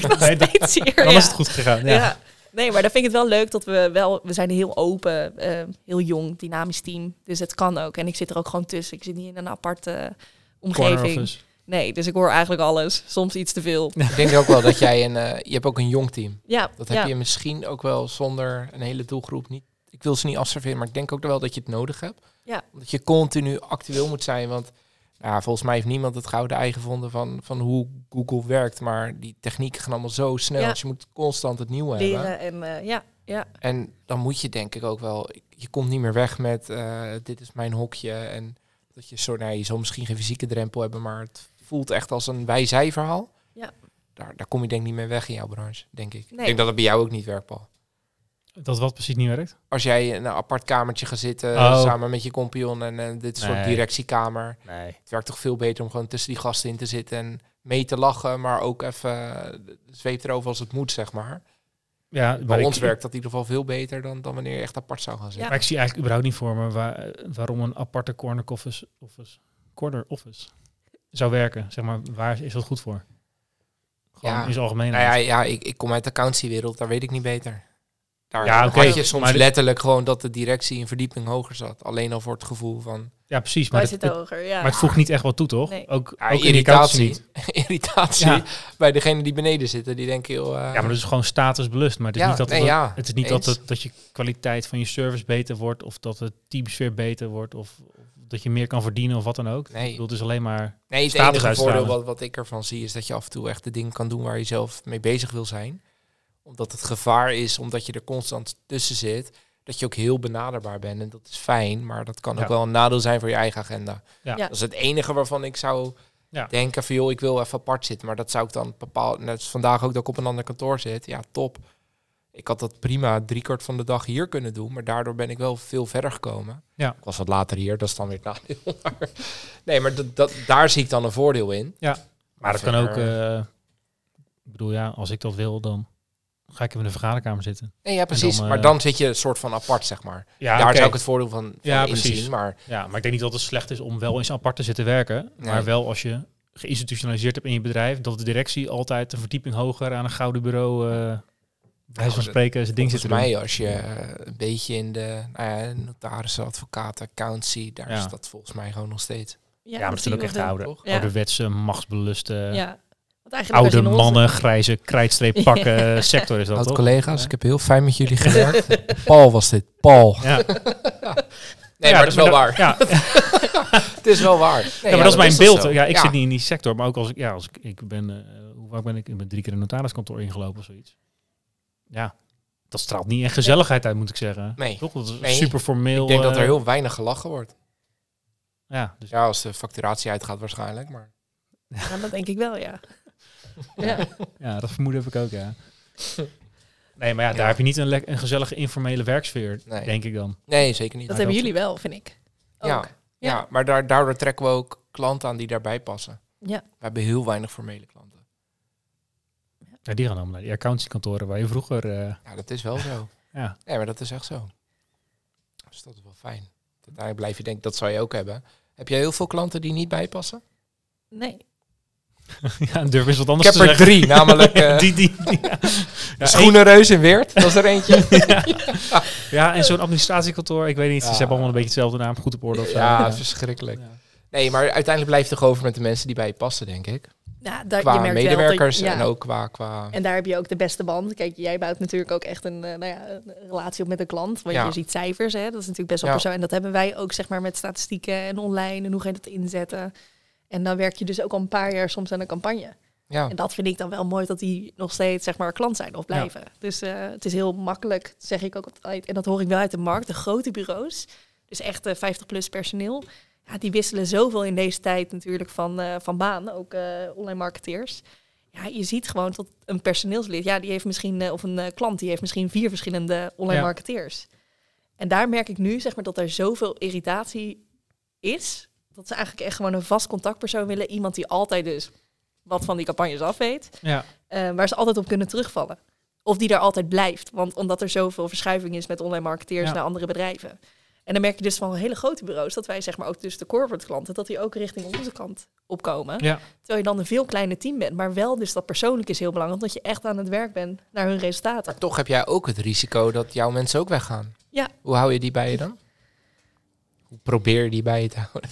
het goed gegaan. Ja. Nee, maar dan vind ik het wel leuk dat we zijn heel open, heel jong, dynamisch team. Dus het kan ook. En ik zit er ook gewoon tussen. Ik zit niet in een aparte omgeving. Nee, dus ik hoor eigenlijk alles. Soms iets te veel. Ik denk ook wel dat jij je hebt ook een jong team. Ja. Dat heb je misschien ook wel zonder een hele doelgroep niet. Ik wil ze niet afserveren, maar ik denk ook wel dat je het nodig hebt. Ja. Dat je continu actueel moet zijn, want volgens mij heeft niemand het gouden ei gevonden van hoe Google werkt, maar die technieken gaan allemaal zo snel, dus je moet constant het nieuwe leren hebben. En En dan moet je denk ik ook wel, je komt niet meer weg met dit is mijn hokje en dat je je zal misschien geen fysieke drempel hebben, maar het voelt echt als een wij-zij verhaal. Ja. Daar kom je denk ik niet meer weg in jouw branche, denk ik. Nee. Ik denk dat het bij jou ook niet werkt, Paul. Dat wat precies niet werkt? Als jij in een apart kamertje gaat zitten samen met je compagnon en dit is een soort directiekamer. Nee. Het werkt toch veel beter om gewoon tussen die gasten in te zitten en mee te lachen, maar ook even zweep erover als het moet, zeg maar. Ja, bij ons werkt dat in ieder geval veel beter dan wanneer je echt apart zou gaan zitten. Ja. Maar ik zie eigenlijk überhaupt niet voor me waarom een aparte corner office zou werken. Zeg maar, waar is dat goed voor? Gewoon in zijn algemeenheid. Ik kom uit de accountancywereld, daar weet ik niet beter. Daar had je soms letterlijk gewoon dat de directie een verdieping hoger zat. Alleen al voor het gevoel van... Ja, precies. Maar het voegt niet echt wat toe, toch? Nee. Ook irritatie. Irritatie bij degene die beneden zitten. Die denken heel... Ja, maar dat is gewoon statusbelust. Maar het is niet dat je kwaliteit van je service beter wordt. Of dat de teamsfeer beter wordt. Of dat je meer kan verdienen of wat dan ook. Nee. Ik bedoel, het is alleen maar het enige voordeel wat ik ervan zie is dat je af en toe echt de dingen kan doen waar je zelf mee bezig wil zijn. Omdat het gevaar is, omdat je er constant tussen zit, dat je ook heel benaderbaar bent. En dat is fijn, maar dat kan ook wel een nadeel zijn voor je eigen agenda. Ja. Dat is het enige waarvan ik zou denken van, joh, ik wil even apart zitten. Maar dat zou ik dan bepaald, net als vandaag ook dat ik op een ander kantoor zit. Ja, top. Ik had dat prima 3/4 van de dag hier kunnen doen, maar daardoor ben ik wel veel verder gekomen. Ja. Ik was wat later hier, dat is dan weer het nadeel. Nee, maar daar zie ik dan een voordeel in. Ja, maar dat kan ook... ik bedoel, als ik dat wil, dan ga ik even in de vergaderkamer zitten. Nee, ja, precies. Dan, maar dan zit je een soort van apart, zeg maar. Ja, daar zou ik het voordeel van inzien. Precies. Maar ik denk niet dat het slecht is om wel eens apart te zitten werken. Nee. Maar wel als je geïnstitutionaliseerd hebt in je bedrijf, dat de directie altijd een verdieping hoger aan een gouden bureau bij van spreken zijn ding zit te doen. Volgens mij, als je een beetje in de notarissen, advocaten, accountancy, daar is dat volgens mij gewoon nog steeds. Ja, maar dat zijn ook echt ouderwetse, machtsbeluste, oude mannen, grijze krijtstreep pakken sector is dat, toch? Collega's, ik heb heel fijn met jullie gewerkt. Paul was dit, Paul. Ja. Nee, maar dat is wel waar. Ja. Het is wel waar. Nee, maar dat is mijn beeld. Ja, ik zit niet in die sector, maar ook als ik ben, hoe vaak ben ik? Ik ben 3 keer in een notariskantoor ingelopen of zoiets. Ja, dat straalt niet echt gezelligheid uit, moet ik zeggen. Nee. Toch? Dat is super formeel. Ik denk dat er heel weinig gelachen wordt. Ja, dus als de facturatie uitgaat waarschijnlijk, maar... Ja, dat denk ik wel, ja. Ja, dat vermoeden heb ik ook, ja. Nee, maar daar heb je niet een gezellige informele werksfeer, denk ik dan. Nee, zeker niet. Dat hebben jullie wel, vind ik. Ook. Ja, maar daardoor trekken we ook klanten aan die daarbij passen. Ja. We hebben heel weinig formele klanten. Ja, die gaan allemaal naar die accountancykantoren waar je vroeger... Ja, dat is wel zo. Ja. Nee, maar dat is echt zo. Dus dat is wel fijn. Uiteindelijk blijf je denken, dat zou je ook hebben. Heb jij heel veel klanten die niet bijpassen? Nee. Ja, durf eens wat anders te zeggen. Ik heb er 3, namelijk Schoenenreus in Weert, dat is er eentje. Ja, en zo'n administratiekantoor, ik weet niet, ze hebben allemaal een beetje hetzelfde naam, goed op orde of zo. Ja, verschrikkelijk. Ja. Nee, maar uiteindelijk blijft het toch over met de mensen die bij je passen, denk ik. Ja, qua je merkt medewerkers wel en ook qua... En daar heb je ook de beste band. Kijk, jij bouwt natuurlijk ook echt een relatie op met de klant. Want je ziet cijfers, hè. Dat is natuurlijk best wel persoonlijk. En dat hebben wij ook, zeg maar, met statistieken en online. En hoe ga je dat inzetten? En dan werk je dus ook al een paar jaar soms aan een campagne. Ja. En dat vind ik dan wel mooi, dat die nog steeds, zeg maar, klant zijn of blijven. Ja. Dus het is heel makkelijk, zeg ik ook altijd. En dat hoor ik wel uit de markt. De grote bureaus, dus echt 50+ personeel... Ja, die wisselen zoveel in deze tijd natuurlijk van baan, ook online marketeers. Ja, je ziet gewoon dat een personeelslid, die heeft misschien, of een klant, die heeft misschien 4 verschillende online marketeers. En daar merk ik nu, zeg maar, dat er zoveel irritatie is, dat ze eigenlijk echt gewoon een vast contactpersoon willen. Iemand die altijd dus wat van die campagnes af weet, waar ze altijd op kunnen terugvallen. Of die daar altijd blijft, want omdat er zoveel verschuiving is met online marketeers naar andere bedrijven. En dan merk je dus van hele grote bureaus, dat wij, zeg maar, ook dus de corporate klanten, dat die ook richting onze kant opkomen. Ja. Terwijl je dan een veel kleiner team bent. Maar wel dus dat persoonlijk is heel belangrijk, dat je echt aan het werk bent naar hun resultaten. Maar toch heb jij ook het risico dat jouw mensen ook weggaan. Ja. Hoe hou je die bij je dan? Hoe probeer je die bij je te houden?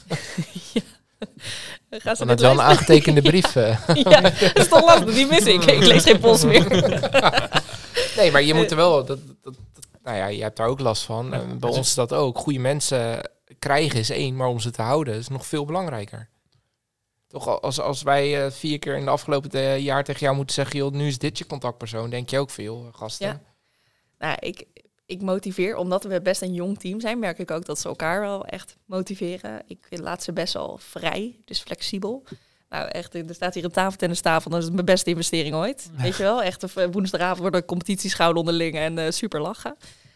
Gaan ze dan wel een aangetekende brief. Ja, dat is toch lastig, die mis ik. Ik lees geen post meer. Nee, maar je moet er wel... Nou ja, je hebt daar ook last van. Bij ons is dat ook. Goede mensen krijgen is 1, maar om ze te houden is nog veel belangrijker. Toch, als wij 4 keer in de afgelopen jaar tegen jou moeten zeggen, joh, nu is dit je contactpersoon, denk je ook veel, gasten? Ja. Nou, ik motiveer, omdat we best een jong team zijn, merk ik ook dat ze elkaar wel echt motiveren. Ik laat ze best wel vrij, dus flexibel. Nou, echt, er staat hier een tafeltennistafel, dat is mijn beste investering ooit. Weet je wel, echt woensdagavond worden competities gehouden onderling en super lachen.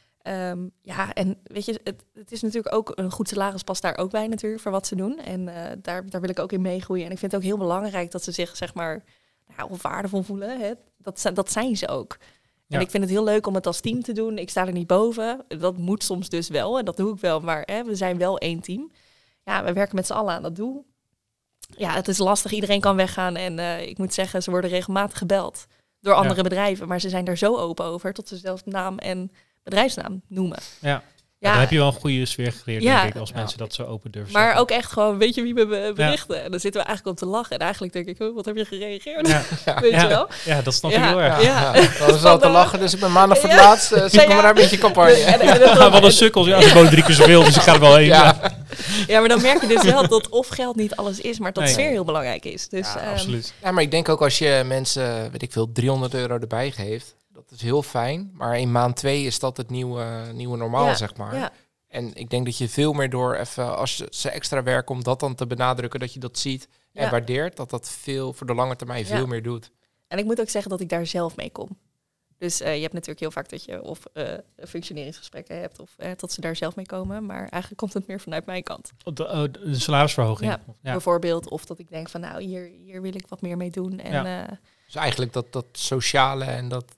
En weet je, het is natuurlijk ook een goed salaris past daar ook bij natuurlijk voor wat ze doen. En daar wil ik ook in meegroeien. En ik vind het ook heel belangrijk dat ze zich, zeg maar, waardevol voelen. Hè? Dat zijn ze ook. Ja. En ik vind het heel leuk om het als team te doen. Ik sta er niet boven. Dat moet soms dus wel en dat doe ik wel. Maar we zijn wel 1 team. Ja, we werken met z'n allen aan dat doel. Ja, het is lastig. Iedereen kan weggaan. En ik moet zeggen, ze worden regelmatig gebeld door andere bedrijven. Maar ze zijn daar zo open over tot ze zelf naam en bedrijfsnaam noemen. Ja. Ja, dan heb je wel een goede sfeer gecreëerd, denk ik, als mensen dat zo open durven maar zeggen. ook echt gewoon, weet je wie me berichten? En dan zitten we eigenlijk op te lachen. En eigenlijk denk ik, wat heb je gereageerd? Weet je wel? Ja, dat snap ik heel erg. Dan is al te lachen, dus ik ben maandag voor het laatst. Zie maar daar een beetje campagne. Wat een sukkels. Ja, ze wonen 3 keer zoveel, dus ik ga er wel heen. Ja, maar dan merk je dus wel dat of geld niet alles is, maar dat sfeer heel belangrijk is. Dus, absoluut. Ja, maar ik denk ook als je mensen, weet ik veel, €300 erbij geeft, dat is heel fijn. Maar in maand 2 is dat het nieuwe normaal, zeg maar. Ja. En ik denk dat je veel meer door even, als ze extra werken, om dat dan te benadrukken, dat je dat ziet en waardeert, dat veel voor de lange termijn veel meer doet. En ik moet ook zeggen dat ik daar zelf mee kom. Dus je hebt natuurlijk heel vaak dat je of functioneringsgesprekken hebt of dat ze daar zelf mee komen. Maar eigenlijk komt het meer vanuit mijn kant. De salarisverhoging. Ja, bijvoorbeeld. Of dat ik denk van nou, hier wil ik wat meer mee doen. En, Dus eigenlijk dat sociale en dat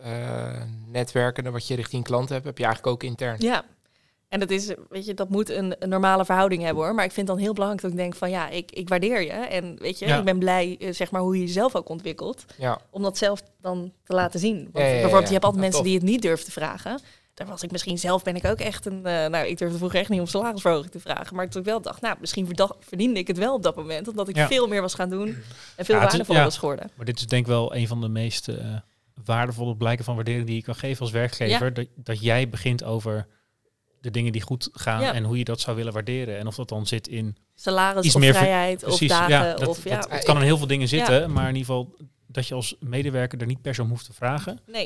netwerkende wat je richting klanten hebt, heb je eigenlijk ook intern. Ja. En dat is, weet je, dat moet een normale verhouding hebben hoor. Maar ik vind het dan heel belangrijk dat ik denk van ja, ik waardeer je. En weet je, ik ben blij, zeg maar, hoe je jezelf ook ontwikkelt. Ja. Om dat zelf dan te laten zien. Want bijvoorbeeld, je hebt altijd mensen die het niet durven te vragen. Daar was ik misschien zelf, ben ik ook echt ik durfde vroeger echt niet om salarisverhoging te vragen. Maar toen ik wel dacht, misschien verdiende ik het wel op dat moment. Omdat ik veel meer was gaan doen en veel waardevoller was geworden. Maar dit is denk ik wel een van de meest waardevolle blijken van waardering die je kan geven als werkgever. Ja. Dat jij begint over de dingen die goed gaan en hoe je dat zou willen waarderen. En of dat dan zit in salaris iets of meer vrijheid of dagen. Het kan in heel veel dingen zitten, maar in ieder geval dat je als medewerker er niet per se om hoeft te vragen. Nee.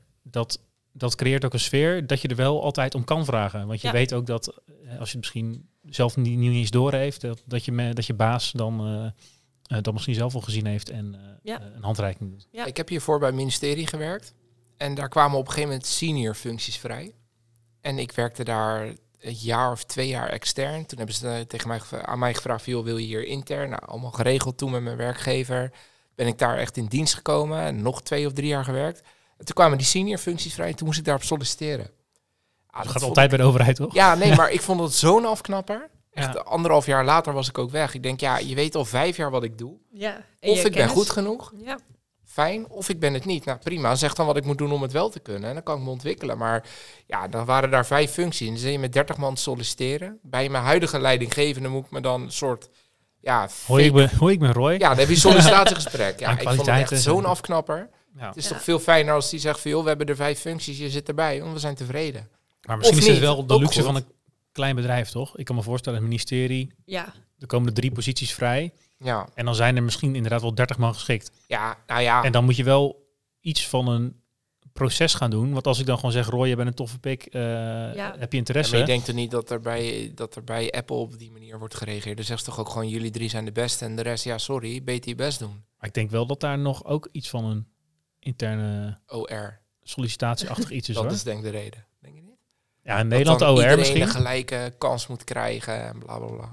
Dat creëert ook een sfeer dat je er wel altijd om kan vragen. Want je weet ook dat als je het misschien zelf niet eens door heeft, dat je baas dan dat misschien zelf al gezien heeft en een handreiking doet. Ja. Ik heb hiervoor bij het ministerie gewerkt en daar kwamen op een gegeven moment senior functies vrij. En ik werkte daar een jaar of 2 jaar extern. Toen hebben ze aan mij gevraagd, wil je hier intern? Nou, allemaal geregeld toen met mijn werkgever. Ben ik daar echt in dienst gekomen en nog 2 of 3 jaar gewerkt. En toen kwamen die senior functies vrij en toen moest ik daarop solliciteren. Dat gaat altijd bij de overheid, toch? Ja, nee, maar ik vond het zo'n afknapper. Echt 1,5 jaar later was ik ook weg. Ik denk, je weet al 5 jaar wat ik doe. Ja, of ik ben goed genoeg. Ja. Fijn, of ik ben het niet. Nou prima, zeg dan wat ik moet doen om het wel te kunnen. En dan kan ik me ontwikkelen. Maar dan waren daar 5 functies. En dan zul je met 30 man solliciteren. Bij mijn huidige leidinggevende moet ik me dan een soort... Hoi, ik ben Roy. Ja, dan heb je een sollicitatiegesprek. Ik vond het echt zo'n afknapper. Ja. Het is toch veel fijner als die zegt van... we hebben er 5 functies, je zit erbij. Want we zijn tevreden. Maar misschien is het wel de luxe van een klein bedrijf, toch? Ik kan me voorstellen, het ministerie... Ja. Er komen er 3 posities vrij... Ja. En dan zijn er misschien inderdaad wel 30 man geschikt. Ja, nou ja. En dan moet je wel iets van een proces gaan doen. Want als ik dan gewoon zeg, Roy, je bent een toffe pik, heb je interesse? Maar je denkt er niet dat er bij Apple op die manier wordt gereageerd. Dus zeg toch ook gewoon, jullie 3 zijn de beste en de rest, sorry, beter je best doen. Maar ik denk wel dat daar nog ook iets van een interne OR sollicitatieachtig iets is. Dat is denk ik de reden, denk je niet? Ja, in Nederland OR misschien. Iedereen een gelijke kans moet krijgen en bla bla bla.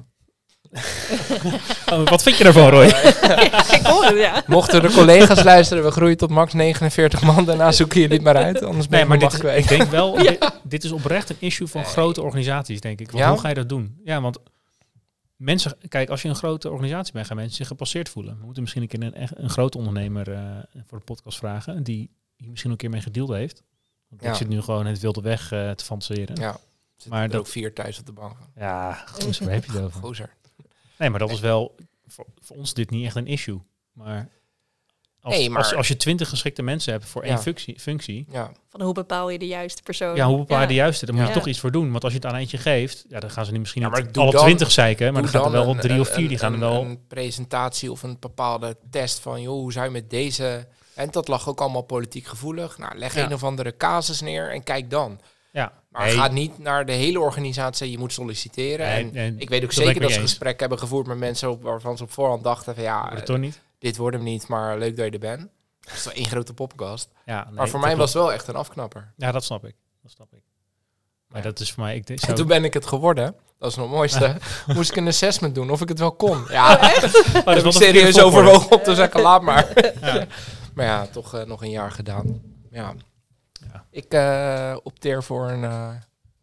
Wat vind je daarvan, Roy? Ik hoor het, ja. Mochten de collega's luisteren, we groeien tot max 49 man. Daarna zoeken jullie het maar uit, anders ben je maar ik denk wel, dit is oprecht een issue van grote organisaties, denk ik. Want hoe ga je dat doen? Ja, want mensen, kijk, als je een grote organisatie bent, gaan mensen zich gepasseerd voelen. We moeten misschien een grote ondernemer voor de podcast vragen, die hier misschien een keer mee gedeeld heeft. Want ik zit nu gewoon het wilde weg te fantaseren. Ja, maar er ook 4 thuis op de bank. Ja, gozer, waar heb je het over? Gozer. Nee, maar dat is wel voor ons dit niet echt een issue. Maar als je 20 geschikte mensen hebt voor 1 functie. Ja. Van hoe bepaal je de juiste persoon? Ja, hoe bepaal je de juiste? Daar moet je toch iets voor doen. Want als je het aan eentje geeft, dan gaan ze niet misschien alle 20 zeiken. Maar dan gaat er wel op 3 of 4. Die gaan er wel een presentatie of een bepaalde test van, hoe zou je met deze... En dat lag ook allemaal politiek gevoelig. Nou, leg een of andere casus neer en kijk dan. Ja. Maar ga niet naar de hele organisatie, je moet solliciteren. En ik weet ook zeker dat ze gesprek hebben gevoerd met mensen waarvan ze op voorhand dachten van dit wordt hem niet, maar leuk dat je er bent. Dat is wel 1 grote podcast. Ja, maar voor mij was het wel echt een afknapper. Ja, dat snap ik. Maar dat is voor mij... En toen ben ik het geworden. Dat is nog het mooiste. Moest ik een assessment doen of ik het wel kon. Ja, daar heb ik serieus overwogen om te zeggen, laat maar. Ja. Maar toch nog een jaar gedaan. Ja. Ik opteer voor een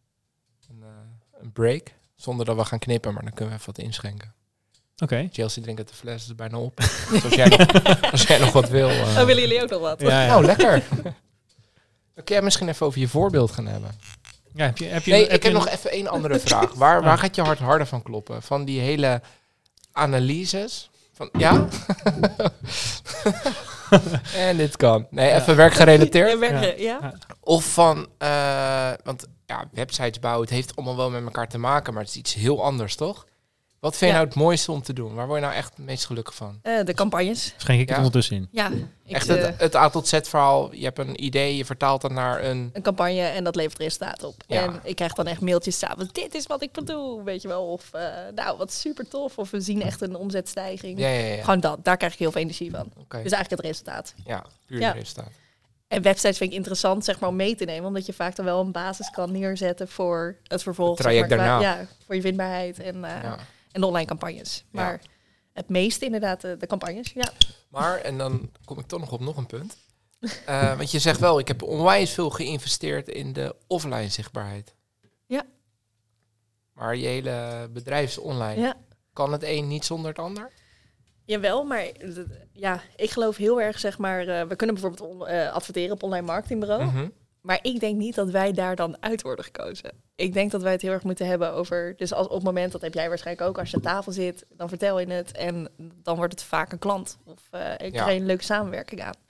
break. Zonder dat we gaan knippen, maar dan kunnen we even wat inschenken. Oké. Chelsea drinkt uit de fles, is bijna op. Dus als jij nog wat wil... Dan willen jullie ook nog wat. Ja. Nou, lekker. Dan kun jij misschien even over je voorbeeld gaan hebben. Ja, ik heb nog even 1 andere vraag. Waar gaat je hart harder van kloppen? Van die hele analyses? Ja? En dit kan. Nee, even werkgerelateerd. Ja. Of van... want websites bouwen, het heeft allemaal wel met elkaar te maken, maar het is iets heel anders, toch? Wat vind je nou het mooiste om te doen? Waar word je nou echt het meest gelukkig van? De campagnes. Schenk ik het ondertussen in? Ja. Echt het A tot Z verhaal. Je hebt een idee, je vertaalt het naar een campagne en dat levert resultaat op. Ja. En ik krijg dan echt mailtjes s'avonds. Dit is wat ik bedoel, weet je wel. Of wat super tof. Of we zien echt een omzetstijging. Ja. Gewoon dat. Daar krijg ik heel veel energie van. Okay. Dus eigenlijk het resultaat. Ja, puur het resultaat. En websites vind ik interessant, zeg maar, om mee te nemen. Omdat je vaak dan wel een basis kan neerzetten voor het vervolg. Het traject daarna. Ja, voor je vindbaarheid en de online campagnes. Maar het meeste inderdaad de campagnes, ja. Maar, en dan kom ik toch nog op nog een punt. Want je zegt wel, ik heb onwijs veel geïnvesteerd in de offline zichtbaarheid. Ja. Maar je hele bedrijf is online. Ja. Kan het een niet zonder het ander? Jawel, maar ik geloof heel erg, zeg maar, we kunnen bijvoorbeeld adverteren op online marketingbureau. Mm-hmm. Maar ik denk niet dat wij daar dan uit worden gekozen. Ik denk dat wij het heel erg moeten hebben over... Dus op het moment, dat heb jij waarschijnlijk ook, als je aan tafel zit, dan vertel je het. En dan wordt het vaak een klant. Of ik krijg een leuke samenwerking aan.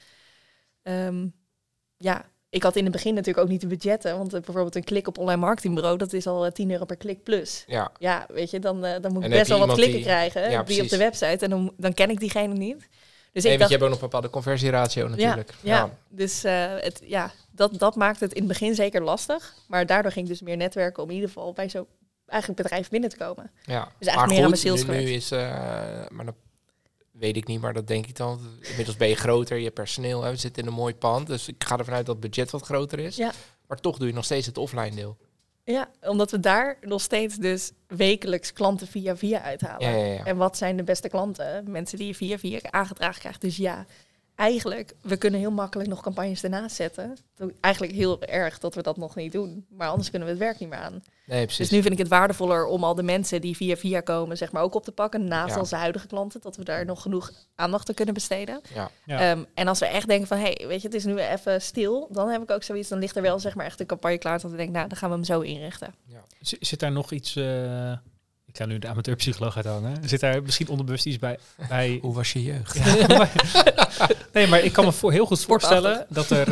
Ik had in het begin natuurlijk ook niet de budgetten. Want bijvoorbeeld een klik op online marketingbureau, dat is al €10 per klik plus. Ja, weet je, dan moet ik best wel wat klikken krijgen die op de website. En dan ken ik diegene niet. Dus want je hebt ook nog een bepaalde conversieratio natuurlijk. Dus dat maakt het in het begin zeker lastig. Maar daardoor ging ik dus meer netwerken om in ieder geval bij zo'n eigenlijk bedrijf binnen te komen. Ja, dus eigenlijk meer aan mijn sales nu is, maar dat weet ik niet, maar dat denk ik dan. Inmiddels ben je groter, je hebt personeel, we zitten in een mooi pand. Dus ik ga ervan uit dat het budget wat groter is. Ja. Maar toch doe je nog steeds het offline deel. Ja, omdat we daar nog steeds dus wekelijks klanten via uithalen. Ja. En wat zijn de beste klanten? Mensen die je via aangedragen krijgt. Dus ja, eigenlijk, we kunnen heel makkelijk nog campagnes ernaast zetten. Eigenlijk heel erg dat we dat nog niet doen. Maar anders kunnen we het werk niet meer aan. Nee, precies. Dus nu vind ik het waardevoller om al de mensen die via komen, zeg maar, ook op te pakken. Naast onze huidige klanten, dat we daar nog genoeg aandacht aan kunnen besteden. Ja. En als we echt denken van, weet je, het is nu even stil. Dan heb ik ook zoiets, dan ligt er wel, zeg maar, echt een campagne klaar. Dat we denken, dan gaan we hem zo inrichten. Ja. Zit daar nog iets... Ik ga nu de amateurpsycholoog uithangen. Zit daar misschien onderbewust iets bij... Hoe was je jeugd? Ja. Nee, maar ik kan me heel goed voorstellen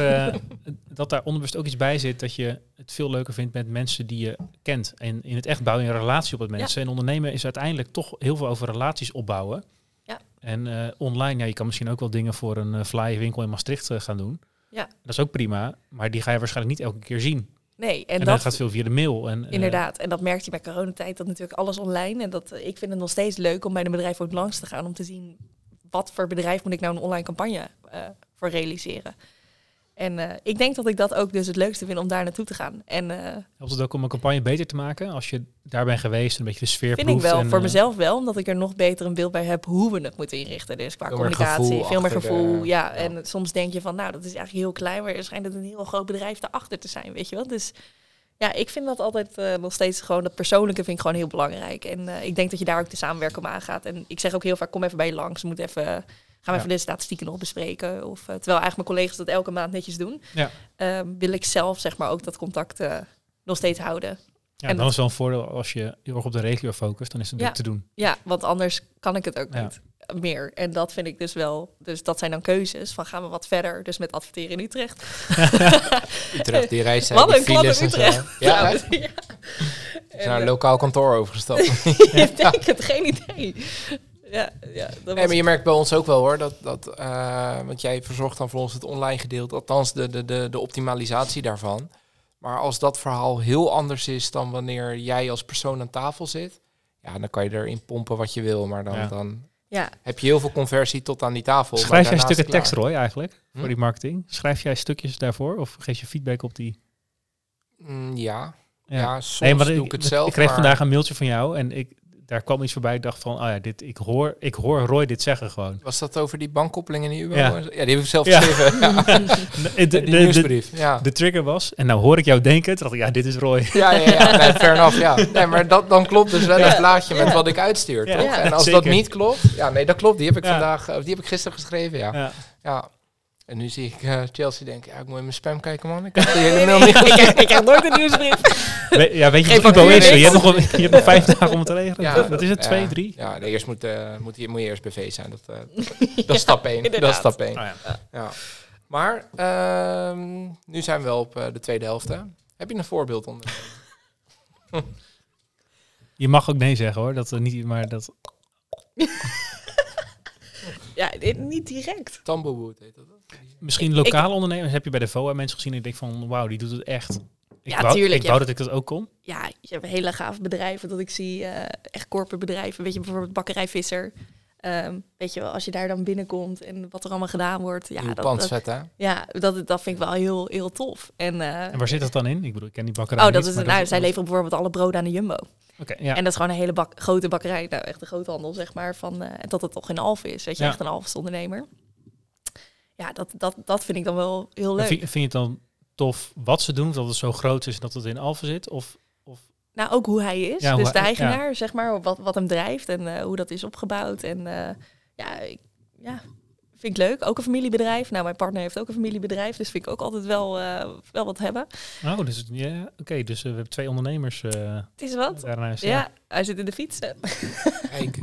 dat daar onderbewust ook iets bij zit, dat je het veel leuker vindt met mensen die je kent. En in het echt bouw je een relatie op met mensen. En ondernemen is uiteindelijk toch heel veel over relaties opbouwen. Ja. En online, je kan misschien ook wel dingen voor een flyerwinkel in Maastricht gaan doen. Ja. Dat is ook prima, maar die ga je waarschijnlijk niet elke keer zien. Nee, en dat gaat veel via de mail. Inderdaad, en dat merkte je bij coronatijd, dat natuurlijk alles online. En ik vind het nog steeds leuk om bij een bedrijf ook langs te gaan, om te zien wat voor bedrijf moet ik nou een online campagne voor realiseren. En ik denk dat ik dat ook dus het leukste vind om daar naartoe te gaan. En helpt het ook om een campagne beter te maken als je daar bent geweest en een beetje de sfeer proeft? Vind ik wel, voor mezelf wel, omdat ik er nog beter een beeld bij heb hoe we het moeten inrichten. Dus qua communicatie, veel meer gevoel. Ja, en soms denk je van, nou, dat is eigenlijk heel klein, maar er schijnt het een heel groot bedrijf daarachter te zijn, weet je wel. Dus ja, ik vind dat altijd nog steeds gewoon, dat persoonlijke vind ik gewoon heel belangrijk. En ik denk dat je daar ook de samenwerking om aangaat. En ik zeg ook heel vaak, kom even bij je langs, gaan we even de statistieken nog bespreken. Of terwijl eigenlijk mijn collega's dat elke maand netjes doen, wil ik zelf, zeg maar, ook dat contact nog steeds houden. Ja, en dan is wel een voordeel als je heel erg op de regio focust, dan is het te doen. Ja, want anders kan ik het ook niet meer. En dat vind ik dus wel. Dus dat zijn dan keuzes van, gaan we wat verder, dus met adverteren in Utrecht. Utrecht, die reis zijn, wat die een files en Utrecht. Ja, is naar een lokaal kantoor overgestapt. Ik denk het, geen idee. Ja, maar je merkt bij ons ook wel hoor, want jij verzorgt dan voor ons het online gedeelte, althans de optimalisatie daarvan. Maar als dat verhaal heel anders is dan wanneer jij als persoon aan tafel zit, dan kan je erin pompen wat je wil, maar dan heb je heel veel conversie tot aan die tafel. Schrijf jij stukken tekst, Roy, eigenlijk, voor die marketing? Schrijf jij stukjes daarvoor of geef je feedback op die? Ja, soms doe ik het zelf. Ik kreeg vandaag een mailtje van jou en daar kwam iets voorbij. Ik dacht van, ik hoor Roy dit zeggen gewoon. Was dat over die bankkoppeling in die UBO? Ja, die heb ik zelf geschreven. Ja. De trigger was, en nou hoor ik jou denken, toen dacht ik, dit is Roy. Ja, nee, fair enough, ja. Nee, maar dan klopt dus wel het plaatje met wat ik uitstuur, toch? Ja, en als dat niet klopt, dat klopt. Die heb ik vandaag, die heb ik gisteren geschreven, ja. En nu zie ik Chelsea denken, ik moet in mijn spam kijken, man. Ik heb de hele mail niet ik krijg nooit een nieuwsbrief. Weet je wat IBO is? Je hebt nog 5 dagen om het te regelen. Dat is het, 2, 3? Ja, eerst moet je eerst BV zijn. Dat is stap 1. Dat is stap 1. Ja. Maar nu zijn we wel op de tweede helft. Hè? Heb je een voorbeeld onder? Je mag ook nee zeggen, hoor. Dat niet, maar dat... Ja, niet direct. Tambowood heet dat. Misschien lokale ondernemers. Heb je bij de VOA mensen gezien en ik denk van, wauw, die doet het echt. Ik wou dat ik dat ook kon. Ja, je hebt hele gave bedrijven dat ik zie. Echt corporate bedrijven. Weet je, bijvoorbeeld Bakkerij Visser. Weet je wel, als je daar dan binnenkomt en wat er allemaal gedaan wordt. Ja, dat vet, hè? Ja, dat vind ik wel heel, heel tof. En waar zit dat dan in? Ik bedoel, ik ken die bakkerij niet. Zij leveren bijvoorbeeld alle broden aan de Jumbo. Ja. En dat is gewoon een hele grote bakkerij. Nou, echt een groothandel, zeg maar. En dat het toch in Alphen is. Weet je, echt een Alphense ondernemer. Ja, dat vind ik dan wel heel leuk. Vind je het dan tof wat ze doen, dat het zo groot is en dat het in Alphen zit? Of... Nou, ook hoe hij is. Ja, dus de eigenaar, zeg maar, wat hem drijft en hoe dat is opgebouwd. En vind ik leuk. Ook een familiebedrijf. Nou, mijn partner heeft ook een familiebedrijf, dus vind ik ook altijd wel wat hebben. Oh, dus oké, dus we hebben 2 ondernemers. Het is wat. Daarnaast, ja, hij zit in de fietsen. Kijk,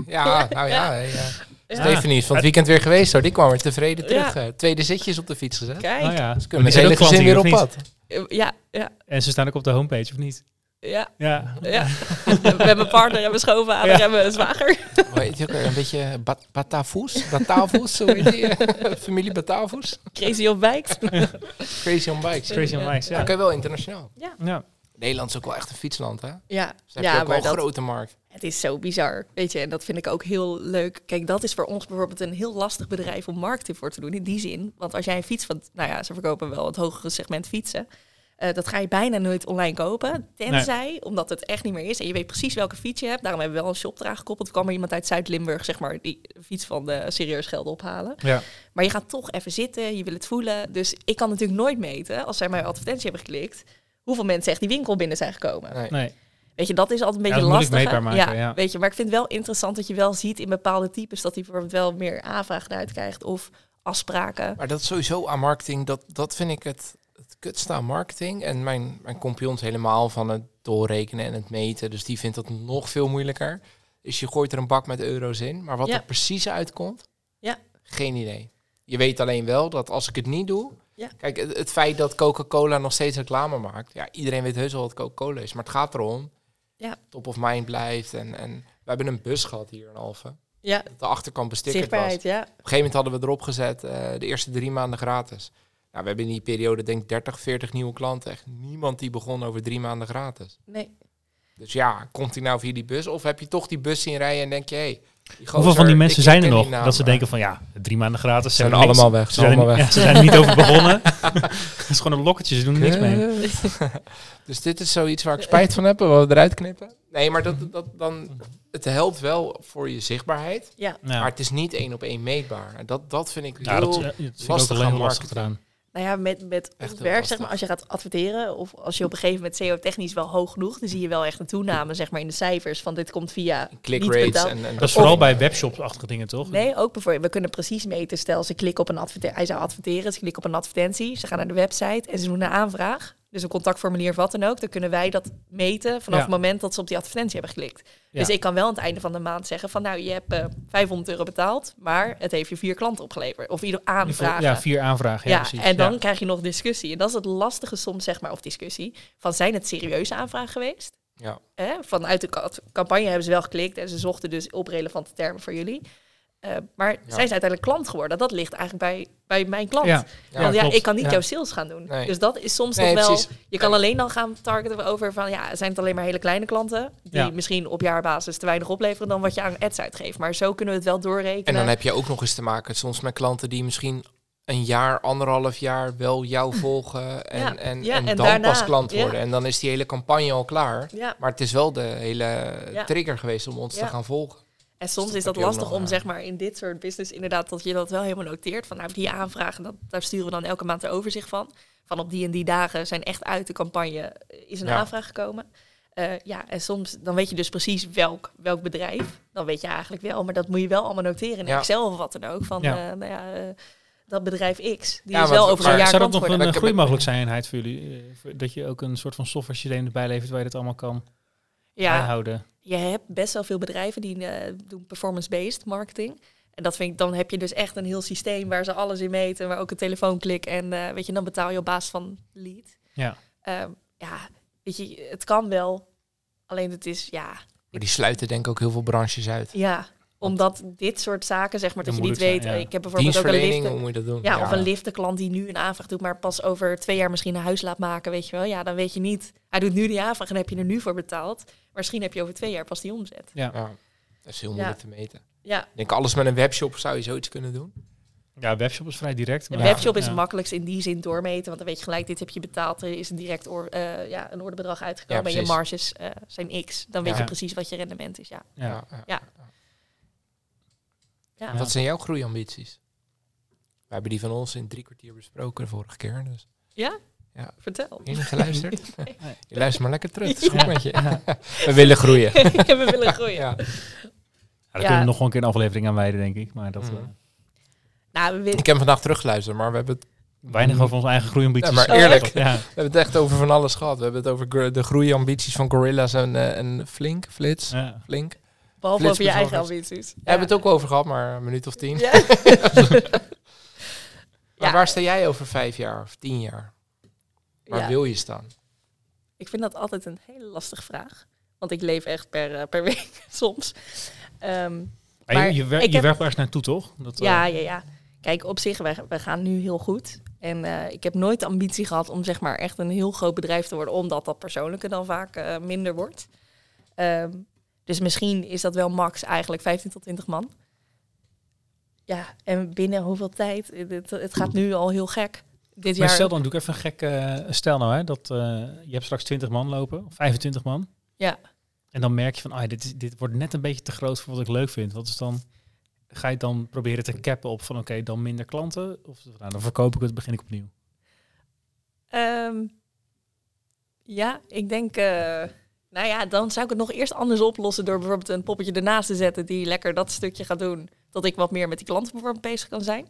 Stephanie is van het weekend weer geweest, hoor. Die kwam weer tevreden terug. Tweede zitjes op de fiets gezet. Kijk. Dus kunnen we hele gezin weer op pad. Ja. En ze staan ook op de homepage, of niet? Ja. Ja. We hebben een partner en mijn schoonvader en mijn zwager. Weet je ook een beetje Batavus? Zo heet die. Familie Batavus. Crazy on Bikes. Crazy on Bikes. Crazy on Bikes, ja. Dan kan je wel internationaal. Ja. Nederland is ook wel echt een fietsland, hè? Ja. Dus heb je ook wel een grote markt. Het is zo bizar, weet je. En dat vind ik ook heel leuk. Kijk, dat is voor ons bijvoorbeeld een heel lastig bedrijf om marketing voor te doen. In die zin, want als jij een fiets van... Nou ja, ze verkopen wel het hogere segment fietsen. Dat ga je bijna nooit online kopen. Tenzij, omdat het echt niet meer is. En je weet precies welke fiets je hebt. Daarom hebben we wel een shop eraan gekoppeld. Er kwam er iemand uit Zuid-Limburg, zeg maar, die fiets van de serieus geld ophalen. Ja. Maar je gaat toch even zitten, je wil het voelen. Dus ik kan natuurlijk nooit meten, als zij mijn advertentie hebben geklikt, hoeveel mensen echt die winkel binnen zijn gekomen. Nee. Weet je, dat is altijd een beetje lastig. Meetbaar maken, ja. Weet je, maar ik vind het wel interessant dat je wel ziet in bepaalde types dat hij bijvoorbeeld wel meer aanvragen eruit krijgt of afspraken. Maar dat sowieso aan marketing, dat vind ik het kutste aan marketing. En mijn compagnon is helemaal van het doorrekenen en het meten. Dus die vindt dat nog veel moeilijker. Dus je gooit er een bak met euro's in. Maar wat er precies uitkomt, geen idee. Je weet alleen wel dat als ik het niet doe... Ja. Kijk, het feit dat Coca-Cola nog steeds reclame maakt. Ja, iedereen weet heus wel wat Coca-Cola is. Maar het gaat erom top of mind blijft. En we hebben een bus gehad hier in Alphen. Ja. Dat de achterkant bestickerd was. Ja. Op een gegeven moment hadden we erop gezet de eerste 3 maanden gratis. Nou, we hebben in die periode denk ik 30, 40 nieuwe klanten. Echt niemand die begon over 3 maanden gratis. Nee. Dus ja, komt hij nou via die bus? Of heb je toch die bus zien rijden en denk je... Hey, hoeveel van die mensen zijn er nog? Dat ze denken van 3 maanden gratis. Ze zijn allemaal weg. Ze zijn er niet over begonnen. Het is gewoon een lokketje, ze doen er niks mee. Dus dit is zoiets waar ik spijt van heb, wat we eruit knippen. Nee, maar het helpt wel voor je zichtbaarheid. Ja. Maar het is niet 1-op-1 meetbaar. En dat vind ik heel lastig aan marketing. Nou ja, met ons werk, zeg maar, als je gaat adverteren of als je op een gegeven moment SEO-technisch wel hoog genoeg, dan zie je wel echt een toename, zeg maar, in de cijfers van dit komt via click-rates. En dat is vooral bij webshops-achtige dingen, toch? Nee, ook bijvoorbeeld, we kunnen precies meten, stel ze klikken op een advertentie, hij zou adverteren, ze klikken op een advertentie, ze gaan naar de website en ze doen een aanvraag, dus een contactformulier of wat dan ook, dan kunnen wij dat meten vanaf het moment dat ze op die advertentie hebben geklikt. Ja. Dus ik kan wel aan het einde van de maand zeggen van nou, je hebt €500 betaald, maar het heeft je 4 klanten opgeleverd. Of ieder aanvragen. Ja, 4 aanvragen. Ja, precies. En dan krijg je nog discussie. En dat is het lastige soms, zeg maar, of discussie, van zijn het serieuze aanvragen geweest? Ja. Vanuit de campagne hebben ze wel geklikt en ze zochten dus op relevante termen voor jullie. Maar zijn ze uiteindelijk klant geworden? Dat ligt eigenlijk bij mijn klant. Ja. Want ik kan niet jouw sales gaan doen. Nee. Dus dat is soms nog wel... Precies. Je kan alleen dan gaan targeten over van... zijn het alleen maar hele kleine klanten... die misschien op jaarbasis te weinig opleveren... dan wat je aan ads uitgeeft. Maar zo kunnen we het wel doorrekenen. En dan heb je ook nog eens te maken soms met klanten... die misschien een jaar, 1,5 jaar wel jou volgen... en dan daarna, pas klant worden. En dan is die hele campagne al klaar. Ja. Maar het is wel de hele trigger geweest om ons te gaan volgen. En soms is dat lastig om, zeg maar, in dit soort business inderdaad dat je dat wel helemaal noteert. Van nou, die aanvragen, daar sturen we dan elke maand een overzicht van. Van op die en die dagen zijn echt uit de campagne is een aanvraag gekomen. En soms dan weet je dus precies welk bedrijf. Dan weet je eigenlijk wel, maar dat moet je wel allemaal noteren in Excel of wat dan ook. Van dat bedrijf X, die is wel over een jaar klant worden. Zou dat nog een groeimogelijkheid voor jullie? Dat je ook een soort van software systeem erbij levert waar je dat allemaal kan bijhouden? Je hebt best wel veel bedrijven die doen performance-based marketing. En dat vind ik, dan heb je dus echt een heel systeem waar ze alles in meten, waar ook een telefoonklik en weet je, dan betaal je op basis van lead. Ja. Weet je, het kan wel, alleen het is Maar die sluiten denk ik ook heel veel branches uit. Ja, omdat dit soort zaken, zeg maar, dat je niet weet. Ik heb bijvoorbeeld ook een liften, hoe moet je dat doen? Of een liftenklant die nu een aanvraag doet, maar pas over 2 jaar misschien een huis laat maken, weet je wel. Ja, dan weet je niet. Hij doet nu die aanvraag en heb je er nu voor betaald. Misschien heb je over 2 jaar pas die omzet. Ja. Dat is heel moeilijk te meten. Ja. Ik denk alles met een webshop zou je zoiets kunnen doen. Ja, webshop is vrij direct. Een webshop is het makkelijkst in die zin doormeten, want dan weet je gelijk, dit heb je betaald, er is een direct een orderbedrag uitgekomen en je marges zijn X. Dan weet je precies wat je rendement is. Ja. Wat zijn jouw groeiambities? hebben die van ons in 3 kwartier besproken de vorige keer. Dus. Ja? Ja. Vertel. Heb je niet geluisterd? Nee. Je luistert maar lekker terug. Het is goed met je. We willen groeien. We willen groeien. Ja, daar kunnen we nog wel een keer een aflevering aan wijden, denk ik. Maar dat, Ik heb vandaag teruggeluisterd, maar we hebben het... weinig over onze eigen groeiambities. Ja, maar eerlijk, we hebben het echt over van alles gehad. We hebben het over de groeiambities van Gorilla's en Flink. Ja. Flink. Behalve over je eigen ambities. We hebben het ook over gehad, maar een minuut of 10. Ja. Maar waar sta jij over 5 jaar of 10 jaar? Waar wil je staan? Ik vind dat altijd een hele lastige vraag. Want ik leef echt per week soms. Maar je werkt ergens naartoe, toch? Dat, Ja. Kijk, op zich, wij gaan nu heel goed. En ik heb nooit de ambitie gehad om zeg maar echt een heel groot bedrijf te worden, omdat dat persoonlijke dan vaak minder wordt. Dus misschien is dat wel max eigenlijk 15 tot 20 man. Ja, en binnen hoeveel tijd? Het gaat nu al heel gek. Dit jaar... Stel dan, doe ik even een gek stel nou, hè, dat je hebt straks 20 man lopen, of 25 man. Ja. En dan merk je van, dit wordt net een beetje te groot voor wat ik leuk vind. Wat is dan... Ga je dan proberen te cappen op van oké, dan minder klanten? Of dan verkoop ik het, begin ik opnieuw? Ja, ik denk... dan zou ik het nog eerst anders oplossen door bijvoorbeeld een poppetje ernaast te zetten die lekker dat stukje gaat doen. Dat ik wat meer met die klanten bijvoorbeeld bezig kan zijn.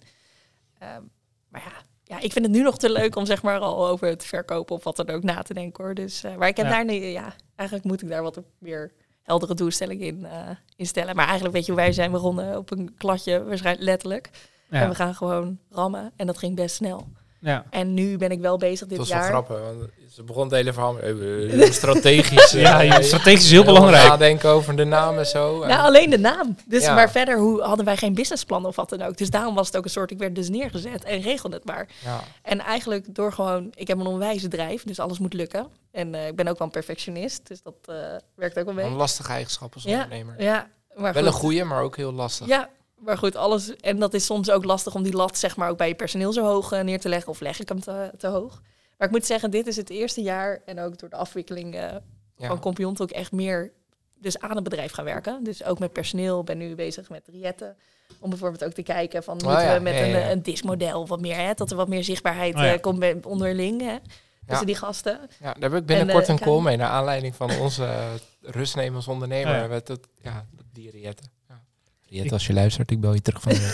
Maar ja, ik vind het nu nog te leuk om zeg maar al over het verkopen of wat dan ook na te denken hoor. Dus maar ik heb daar nu, eigenlijk moet ik daar wat meer heldere doelstellingen in stellen. Maar eigenlijk weet je hoe wij zijn begonnen op een kladje, waarschijnlijk letterlijk. Ja. En we gaan gewoon rammen en dat ging best snel. Ja. En nu ben ik wel bezig dit jaar. Dat is wel grappig, want ze begon het hele verhaal strategisch. Strategisch is heel belangrijk. Nadenken over de naam en zo. Nou, alleen de naam. Dus maar verder hadden wij geen businessplan of wat dan ook. Dus daarom was het ook een soort, ik werd dus neergezet en regelde het maar. Ja. En eigenlijk door gewoon, ik heb een onwijze drijf, dus alles moet lukken. En ik ben ook wel een perfectionist, dus dat werkt ook wel mee. Een lastige eigenschap als ondernemer. Ja, maar wel een goeie, maar ook heel lastig. Ja. Maar goed, alles. En dat is soms ook lastig om die lat zeg maar ook bij je personeel zo hoog neer te leggen. Of leg ik hem te hoog. Maar ik moet zeggen, dit is het eerste jaar. En ook door de afwikkeling van Compiont ook echt meer dus aan het bedrijf gaan werken. Dus ook met personeel. Ik ben nu bezig met Riette. Om bijvoorbeeld ook te kijken van moeten we met een diskmodel wat meer. Hè, dat er wat meer zichtbaarheid komt onderling. Hè, tussen die gasten. Ja, daar heb ik binnenkort een call mee. Naar aanleiding van onze rustnemen als ondernemer. Met die Riette. Als je luistert, ik bel je terug van de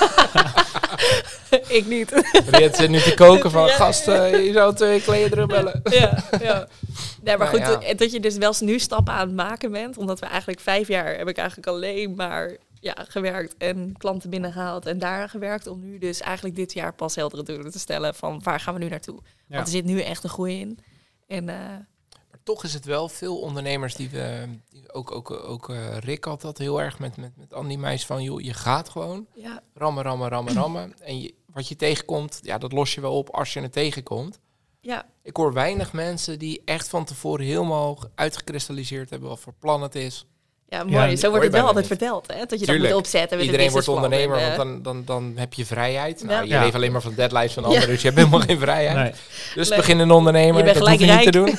week. Ik niet. Riet zit nu te koken van gasten, je zou 2 klederen bellen. Ja. Nee, maar goed, dat je dus wel nu stappen aan het maken bent. Omdat we eigenlijk 5 jaar heb ik eigenlijk alleen maar gewerkt en klanten binnengehaald en daar gewerkt. Om nu dus eigenlijk dit jaar pas heldere doelen te stellen van waar gaan we nu naartoe. Ja. Want er zit nu echt een groei in. En... Maar toch is het wel veel ondernemers die ook Rick had dat heel erg met Andy Meijs van joh, je gaat gewoon rammen. En wat je tegenkomt, dat los je wel op als je het tegenkomt. Ja. Ik hoor weinig mensen die echt van tevoren helemaal uitgekristalliseerd hebben wat voor plan het is. Ja, mooi. Ja, zo wordt het wel altijd verteld, hè? Dat je dat moet opzetten. Met iedereen wordt ondernemer, want dan heb je vrijheid. Nou, je leeft alleen maar van deadlines van anderen, dus je hebt helemaal geen vrijheid. Nee. Dus begin een ondernemer, je bent dat hoef je niet te doen.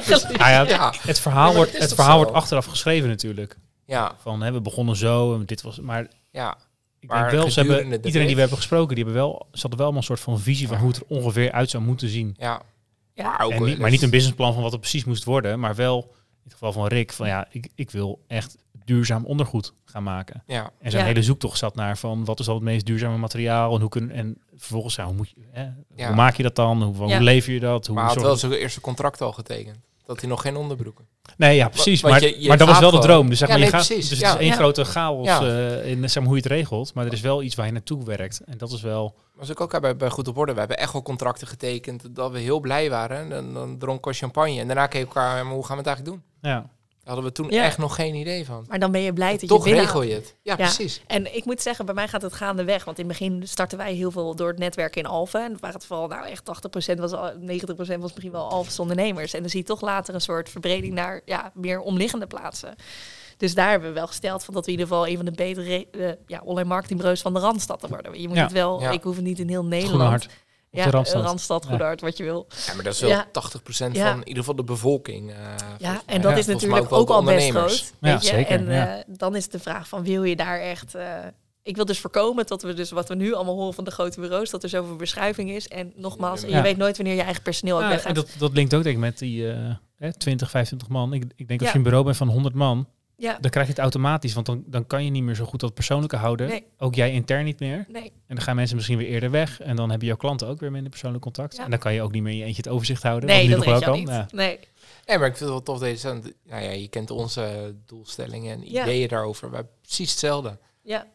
Het verhaal wordt achteraf geschreven natuurlijk. Ja. Van, we begonnen zo en dit was... Maar ik denk wel, iedereen die we hebben gesproken, ze hadden wel een soort van visie van hoe het er ongeveer uit zou moeten zien. Ja. Maar niet een businessplan van wat het precies moest worden, maar wel... In het geval van Rick, van ik wil echt duurzaam ondergoed gaan maken. Ja. En zijn hele zoektocht zat naar van wat is al het meest duurzame materiaal en vervolgens hoe maak je dat dan? Hoe lever je dat? Maar hij had wel zijn eerste contract al getekend. Dat hij nog geen onderbroeken. Nee, ja, precies. Maar dat was wel de droom. Dus zeg maar, dus het is één grote chaos in zeg maar, hoe je het regelt. Maar er is wel iets waar je naartoe werkt. En dat is wel... Was ik ook bij Goed op Orde. We hebben echt wel contracten getekend dat we heel blij waren. En dan dronken we champagne. En daarna keken we elkaar, maar hoe gaan we het eigenlijk doen? Ja. Daar hadden we toen echt nog geen idee van. Maar dan ben je blij dat toch je regel je het. Ja, precies. En ik moet zeggen, bij mij gaat het gaandeweg. Want in het begin starten wij heel veel door het netwerk in Alphen. En waar het vooral echt 80% was, 90% was misschien wel Alphens ondernemers. En dan zie je toch later een soort verbreding naar meer omliggende plaatsen. Dus daar hebben we wel gesteld van dat we in ieder geval een van de betere online marketingbureaus van de Randstad te worden. Je moet het wel, ik hoef het niet in heel Nederland. De Randstad, Goedaard, wat je wil. Ja, maar dat is wel 80% van in ieder geval de bevolking. En dat is natuurlijk ook al best groot. Ja, zeker. En dan is de vraag van wil je daar ik wil dus voorkomen dat we dus wat we nu allemaal horen van de grote bureaus, dat er zoveel verschuiving is. En nogmaals, je weet nooit wanneer je eigen personeel ook weggaat. En dat linkt ook denk ik met die 20, 25 man. Ik denk als je een bureau bent van 100 man, dan krijg je het automatisch. Want dan kan je niet meer zo goed dat persoonlijke houden. Nee. Ook jij intern niet meer. Nee. En dan gaan mensen misschien weer eerder weg. En dan hebben jouw klanten ook weer minder persoonlijk contact. Ja. En dan kan je ook niet meer in je eentje het overzicht houden. Nee, dat red je niet. Ja. Nee, maar ik vind het wel tof deze. Je kent onze doelstellingen en ideeën daarover. Wij hebben precies hetzelfde. Ja.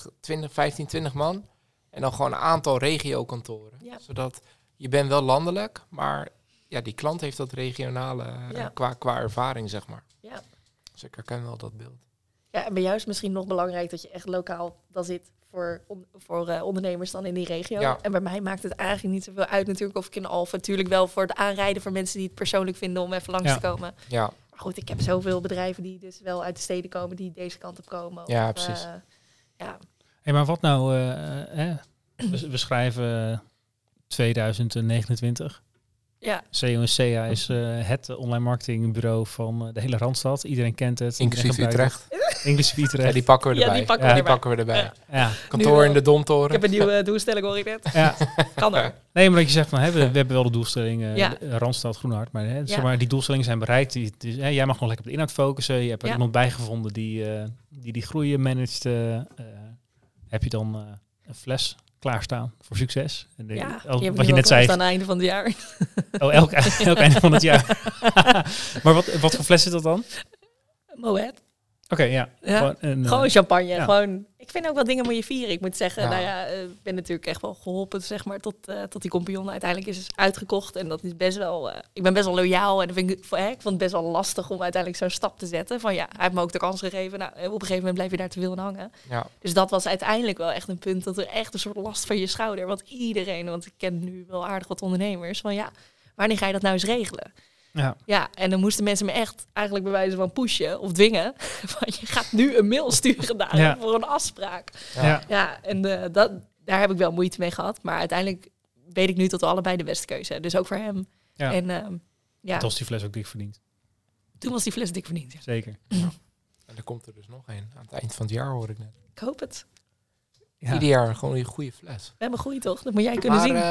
20 man. En dan gewoon een aantal regiokantoren. Ja. Zodat je bent wel landelijk, maar die klant heeft dat regionale qua ervaring, zeg maar. Ja. Dus ik herken wel dat beeld. Ja, en bij jou is misschien nog belangrijk dat je echt lokaal dan zit voor ondernemers dan in die regio. Ja. En bij mij maakt het eigenlijk niet zoveel uit natuurlijk of ik in Alphen. Natuurlijk wel voor het aanrijden voor mensen die het persoonlijk vinden om even langs te komen. Ja. Maar goed, ik heb zoveel bedrijven die dus wel uit de steden komen, die deze kant op komen. Ja, precies. Hey, maar wat nou, we schrijven 2029. Ja. CO&CA is het online marketingbureau van de hele Randstad. Iedereen kent het. Inclusief Utrecht. Inclusief Utrecht. Ja, die pakken we erbij. Die pakken we erbij. Ja. Kantoor in de Domtoren. Ik heb een nieuwe doelstelling, hoor ik net. Ja. Kan er. Nee, maar dat je zegt van, we hebben wel de doelstelling Randstad, Groenhart. Maar, zeg maar die doelstellingen zijn bereikt. Jij mag nog lekker op de inhoud focussen. Je hebt er iemand bijgevonden die groeien managt. Heb je dan een fles klaarstaan voor succes? En wat je net zei. Aan het einde van het jaar. Elk einde van het jaar. Maar wat voor fles is dat dan? Moet. Oké, gewoon champagne. Ja. Gewoon, ik vind ook wel dingen moet je vieren. Ik moet zeggen, ik ben natuurlijk echt wel geholpen, zeg maar, tot die compagnon uiteindelijk is uitgekocht. En dat is best wel, ik ben best wel loyaal. En dat vind ik vond het best wel lastig om uiteindelijk zo'n stap te zetten. Van hij heeft me ook de kans gegeven. Nou, op een gegeven moment blijf je daar te veel aan hangen. Ja. Dus dat was uiteindelijk wel echt een punt, dat er echt een soort last van je schouder. Want ik ken nu wel aardig wat ondernemers. Van wanneer ga je dat nou eens regelen? Ja, en dan moesten mensen me echt eigenlijk bij wijze van pushen of dwingen. Van je gaat nu een mail sturen daar voor een afspraak. Ja, en daar heb ik wel moeite mee gehad. Maar uiteindelijk weet ik nu dat we allebei de beste keuze hebben. Dus ook voor hem. Ja. En toen was die fles ook dik verdiend. Toen was die fles dik verdiend, ja. Zeker. Ja. En er komt er dus nog een. Aan het eind van het jaar hoor ik net. Ik hoop het. Ja. Ieder jaar gewoon een goede fles. We hebben een goede toch? Dat moet jij kunnen zien.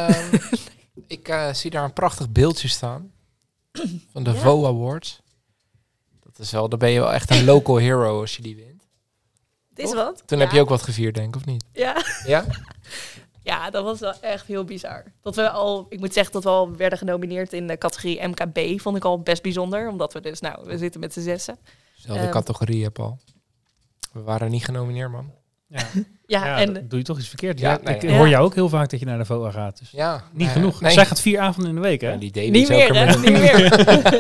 Ik zie daar een prachtig beeldje staan. Van de VO Awards. Dat is wel, dan ben je wel echt een local hero als je die wint. Het is wat. Toen heb je ook wat gevierd, denk ik, of niet? Ja. Ja? Ja, dat was wel echt heel bizar. Ik moet zeggen dat we al werden genomineerd in de categorie MKB. Vond ik al best bijzonder, omdat we dus, we zitten met z'n 6. Zelfde categorie, Paul. We waren niet genomineerd, man. Ja, en doe je toch iets verkeerd. Ja, ik hoor jou ook heel vaak dat je naar de VOA gaat. Dus niet genoeg. Nee. Zij gaat 4 avonden in de week, hè? Ja, die niet meer, hè? Niet meer.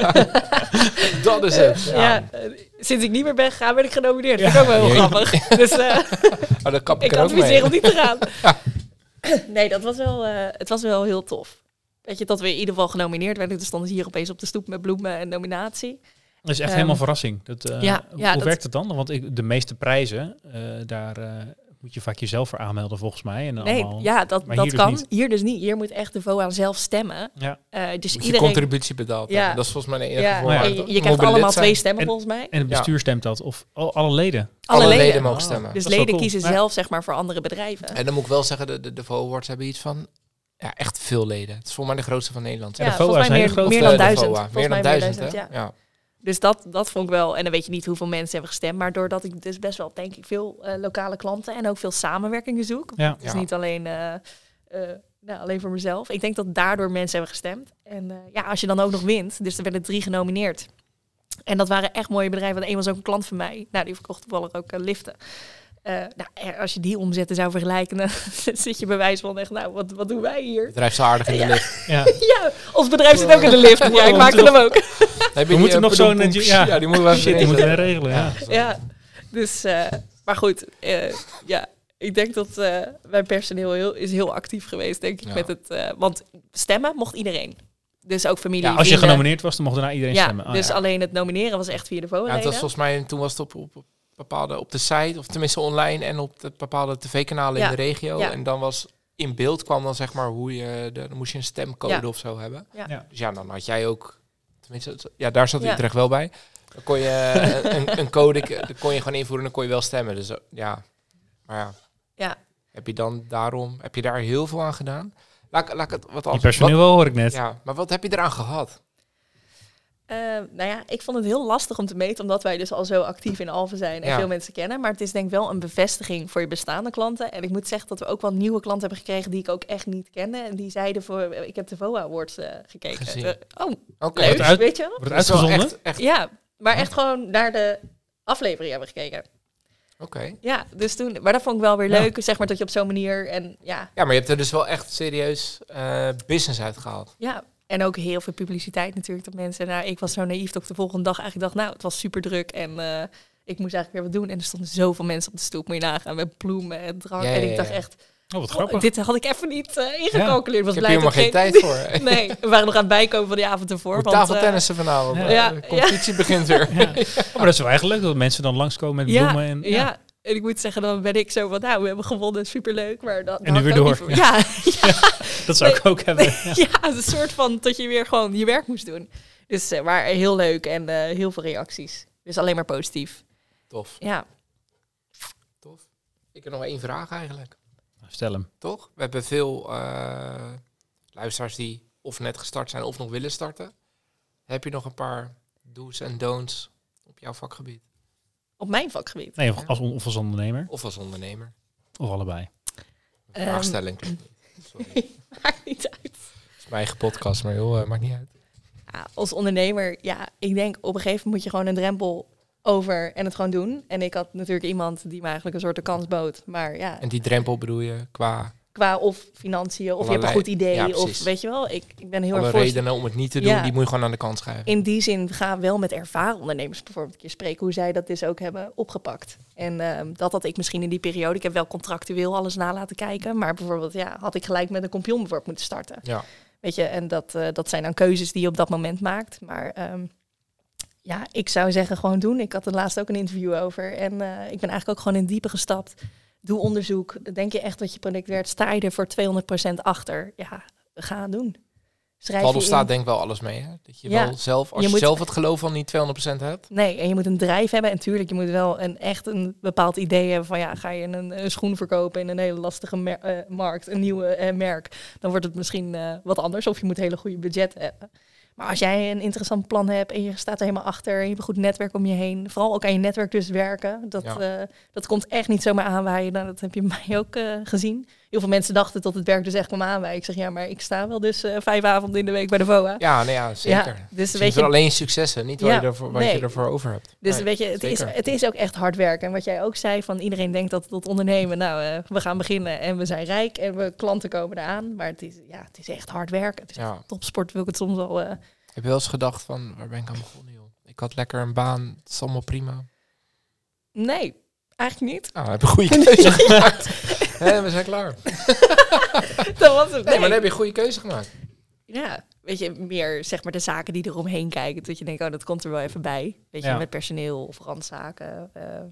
Dat is het. Ja. Sinds ik niet meer ben gegaan, ben ik genomineerd. Dat vind ik ook wel heel grappig. Dus ik adviseer om niet te gaan. Nee, het was wel heel tof. Weet je, dat we in ieder geval genomineerd werden. Dus dan is hier opeens op de stoep met bloemen en nominatie. Dat is echt helemaal verrassing. Hoe werkt het dan? Want de meeste prijzen, daar moet je vaak jezelf voor aanmelden volgens mij. En dat dus kan. Niet. Hier dus niet. Hier moet echt de VOA zelf stemmen. Ja. Dus moet je contributie betaald hebben. Dat is volgens mij de enige voorwaarde. Je krijgt allemaal 2 stemmen volgens mij. En het bestuur stemt dat? Of alle leden? Alle leden mogen stemmen. Dus leden kiezen zelf zeg maar voor andere bedrijven. En dan moet ik wel zeggen, de VOA Awards hebben iets van... Ja, echt veel leden. Het is volgens mij de grootste van Nederland. Ja, volgens mij meer dan 1000. Meer dan 1000, ja. Dus dat vond ik wel, en dan weet je niet hoeveel mensen hebben gestemd, maar doordat ik dus best wel, denk ik, veel lokale klanten en ook veel samenwerkingen zoek. Ja. Dus niet alleen, alleen voor mezelf. Ik denk dat daardoor mensen hebben gestemd. En als je dan ook nog wint, dus er werden 3 genomineerd. En dat waren echt mooie bedrijven. Want één was ook een klant van mij. Nou, die verkocht toevallig ook liften. Als je die omzetten zou vergelijken, dan zit je bij wijze van echt, wat doen wij hier? Het bedrijf is aardig in de lift. Ja, ons bedrijf zit ook in de lift. Ja, ik maakte hem ook. We moeten nog zo'n... Ja, die moeten we even regelen. Ja, dus... maar goed, ik denk dat mijn personeel is heel actief geweest, denk ik, met het... want stemmen mocht iedereen. Dus ook familie, als vrienden. Je genomineerd was, dan mocht daarna iedereen stemmen. Dus alleen het nomineren was echt via de VOA. Ja, het was volgens mij, toen was het op de site, of tenminste online en op de bepaalde tv-kanalen in de regio. Ja. En dan was in beeld kwam dan zeg maar hoe je, dan moest je een stemcode of zo hebben. Ja. Dus dan had jij ook, tenminste, daar zat Utrecht wel bij. Dan kon je een code, dan kon je gewoon invoeren en dan kon je wel stemmen. Dus maar Heb je daar heel veel aan gedaan? Laat ik het wat Die personeel wel, hoor ik net. Ja, maar wat heb je eraan gehad? Ik vond het heel lastig om te meten, omdat wij dus al zo actief in Alphen zijn en veel mensen kennen. Maar het is denk ik wel een bevestiging voor je bestaande klanten. En ik moet zeggen dat we ook wel nieuwe klanten hebben gekregen die ik ook echt niet kende. En die zeiden ik heb de VOA Awards gekeken. Leuk, weet je wel? Wordt het uitgezonden? Echt? Ja, maar echt gewoon naar de aflevering hebben gekeken. Oké. Ja, dus toen, maar dat vond ik wel weer leuk, zeg maar, dat je op zo'n manier Ja, maar je hebt er dus wel echt serieus business uitgehaald. Ja. En ook heel veel publiciteit natuurlijk. Dat mensen, ik was zo naïef dat ik de volgende dag eigenlijk dacht, het was super druk en ik moest eigenlijk weer wat doen. En er stonden zoveel mensen op de stoep, moet je nagaan, met bloemen en drank. En ik dacht echt, wat grappig. Dit had ik even niet ingecalculeerd. Ik heb hier helemaal geen tijd voor. Nee, we waren nog aan het bijkomen van die avond ervoor. Moet tafeltennissen vanavond. De competitie begint weer. Ja. Maar dat is wel eigenlijk leuk dat mensen dan langskomen met bloemen. En ik moet zeggen, dan ben ik zo van, we hebben gewonnen, superleuk. Maar en nu weer door. Dat zou ik ook hebben. Een soort van dat je weer gewoon je werk moest doen. Dus maar heel leuk en heel veel reacties. Dus alleen maar positief. Tof. Ja. Tof. Ik heb nog 1 vraag eigenlijk. Stel hem. Toch? We hebben veel luisteraars die of net gestart zijn of nog willen starten. Heb je nog een paar do's en don'ts op jouw vakgebied? Op mijn vakgebied? Nee, of als ondernemer. Of als ondernemer. Of allebei. Vraagstelling. Sorry. Maakt niet uit. Het is mijn eigen podcast, maar joh, maakt niet uit. Ja, als ondernemer, ik denk op een gegeven moment moet je gewoon een drempel over en het gewoon doen. En ik had natuurlijk iemand die me eigenlijk een soort de kans bood. Maar ja. En die drempel bedoel je qua of financiën, of je hebt een goed idee, of weet je wel. Ik ben heel erg alle redenen om het niet te doen, die moet je gewoon aan de kant schrijven. In die zin ga wel met ervaren ondernemers bijvoorbeeld een keer spreken hoe zij dat dus ook hebben opgepakt. En dat had ik misschien in die periode, ik heb wel contractueel alles na laten kijken, maar bijvoorbeeld had ik gelijk met een kompion bijvoorbeeld moeten starten. Ja. Weet je, en dat zijn dan keuzes die je op dat moment maakt. Maar ik zou zeggen gewoon doen. Ik had er laatst ook een interview over en ik ben eigenlijk ook gewoon in het diepe gestapt. Doe onderzoek. Denk je echt dat je product werkt? Sta je er voor 200% achter? Ja, ga het doen. Waldel staat denk ik wel alles mee. Hè? Dat je wel zelf, als je zelf het geloof van niet 200% hebt. Nee, en je moet een drijf hebben. En natuurlijk, je moet wel een bepaald idee hebben van ga je een schoen verkopen in een hele lastige markt, een nieuwe merk. Dan wordt het misschien wat anders. Of je moet een hele goede budget hebben. Maar als jij een interessant plan hebt en je staat er helemaal achter en je hebt een goed netwerk om je heen, vooral ook aan je netwerk dus werken, dat komt echt niet zomaar aanwaaien. Nou, dat heb je mij ook gezien. Heel veel mensen dachten dat het werk dus echt kwam aanwaaien. Ik zeg, maar ik sta wel dus 5 avonden in de week bij de VOA. Ja, zeker. Ja, dus weet je, alleen successen, niet wat je ervoor over hebt. Dus weet je, het is ook echt hard werken. En wat jij ook zei, van iedereen denkt dat het ondernemen, we gaan beginnen en we zijn rijk en we klanten komen eraan. Maar het is echt hard werken. Het is echt topsport, wil ik het soms al. Heb je wel eens gedacht van, waar ben ik aan begonnen, joh? Ik had lekker een baan, het is allemaal prima. Nee, eigenlijk niet. Nou, heb je een goede keuze gemaakt. We zijn klaar. Dat was het. Nee, maar dan heb je een goede keuze gemaakt. Ja, weet je, meer zeg maar de zaken die eromheen kijken. Dat je denkt, dat komt er wel even bij. Weet je, met personeel of randzaken.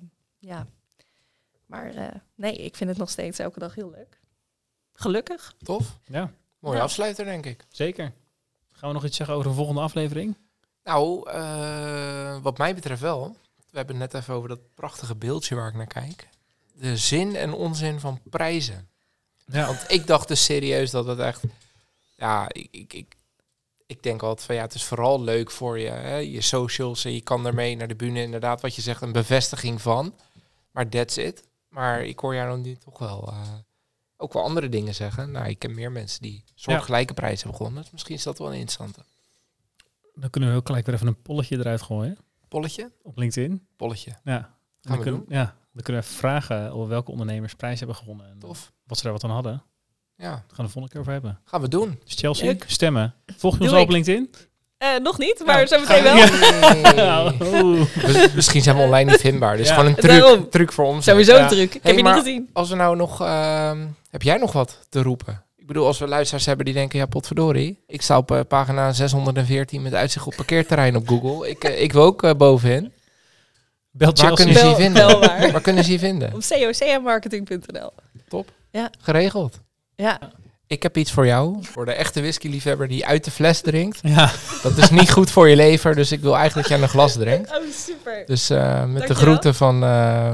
Maar nee, ik vind het nog steeds elke dag heel leuk. Gelukkig. Tof. Ja. Mooie afsluiter, denk ik. Zeker. Gaan we nog iets zeggen over de volgende aflevering? Nou, wat mij betreft wel. We hebben het net even over dat prachtige beeldje waar ik naar kijk. De zin en onzin van prijzen. Ja. Want ik dacht dus serieus dat het echt... Ja, ik denk altijd van het is vooral leuk voor je. Hè? Je socials en je kan ermee naar de bühne. Inderdaad, wat je zegt, een bevestiging van. Maar that's it. Maar ik hoor jou dan nu toch wel ook wel andere dingen zeggen. Nou, ik ken meer mensen die soortgelijke prijzen hebben gewonnen. Dus misschien is dat wel een interessante. Dan kunnen we ook gelijk weer even een polletje eruit gooien. Polletje? Op LinkedIn. Polletje. Ja. Dan kunnen we even vragen over welke ondernemers prijs hebben gewonnen. En tof. Wat ze daar wat aan hadden. Ja. Gaan we de volgende keer over hebben. Gaan we doen. Dus Chelsea, leuk. Stemmen. Volg je ons al op LinkedIn? Nog niet, maar zo meteen wel. Misschien zijn we online niet vindbaar. Dus gewoon een truc voor ons. Sowieso een truc. Ik heb je niet gezien. Als we nou nog... heb jij nog wat te roepen? Ik bedoel, als we luisteraars hebben die denken... potverdorie, ik sta op pagina 614 met uitzicht op parkeerterrein op Google. Ik wil ook bovenin. Waar kunnen ze je vinden? Waar kunnen ze je vinden? Op cocmmarketing.nl. Top. Ja. Geregeld. Ja. Ik heb iets voor jou. Voor de echte whisky-liefhebber die uit de fles drinkt. Ja. Dat is niet goed voor je lever. Dus ik wil eigenlijk dat jij een glas drinkt. Oh, super. Dus met de groeten van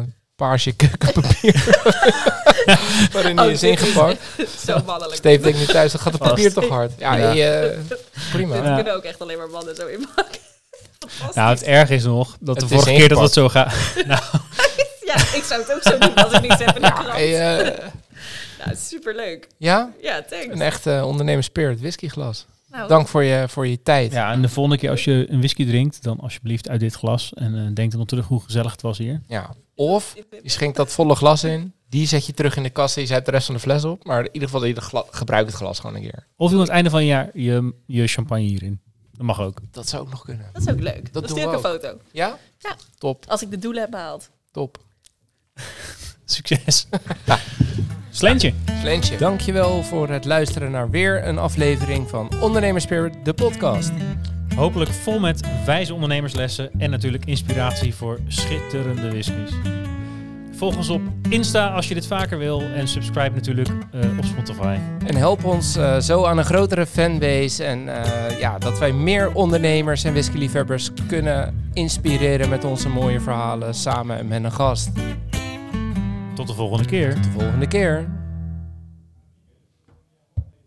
paarse keukenpapier. Waarin die is ingepakt. Zo mannelijk. Steve denkt nu thuis, dan gaat het papier toch hard. Ja. Prima. Dit kunnen ook echt alleen maar mannen zo inpakken. Nou, het erg is nog dat de vorige keer dat het zo gaat. Ja, ik zou het ook zo doen als ik niks heb in de krant. Nou, superleuk. Ja? Ja, thanks. Een echte ondernemer spirit whiskyglas. Nou, dank voor je tijd. Ja, en de volgende keer als je een whisky drinkt, dan alsjeblieft uit dit glas. En denk dan nog terug hoe gezellig het was hier. Ja, of je schenkt dat volle glas in. Die zet je terug in de kast en je zet de rest van de fles op. Maar in ieder geval, gebruik het glas gewoon een keer. Of doe aan het einde van het jaar je champagne hierin. Dat mag ook. Dat zou ook nog kunnen. Dat is ook leuk. Dat stuur ik een foto. Ja? Ja. Top. Als ik de doelen heb behaald. Top. Succes. Slentje. Dankjewel voor het luisteren naar weer een aflevering van Ondernemerspirit, de podcast. Hopelijk vol met wijze ondernemerslessen en natuurlijk inspiratie voor schitterende whiskies. Volg ons op Insta als je dit vaker wil en subscribe natuurlijk op Spotify. En help ons zo aan een grotere fanbase en dat wij meer ondernemers en whiskyliefhebbers kunnen inspireren met onze mooie verhalen samen met een gast. Tot de volgende keer. Tot de volgende keer.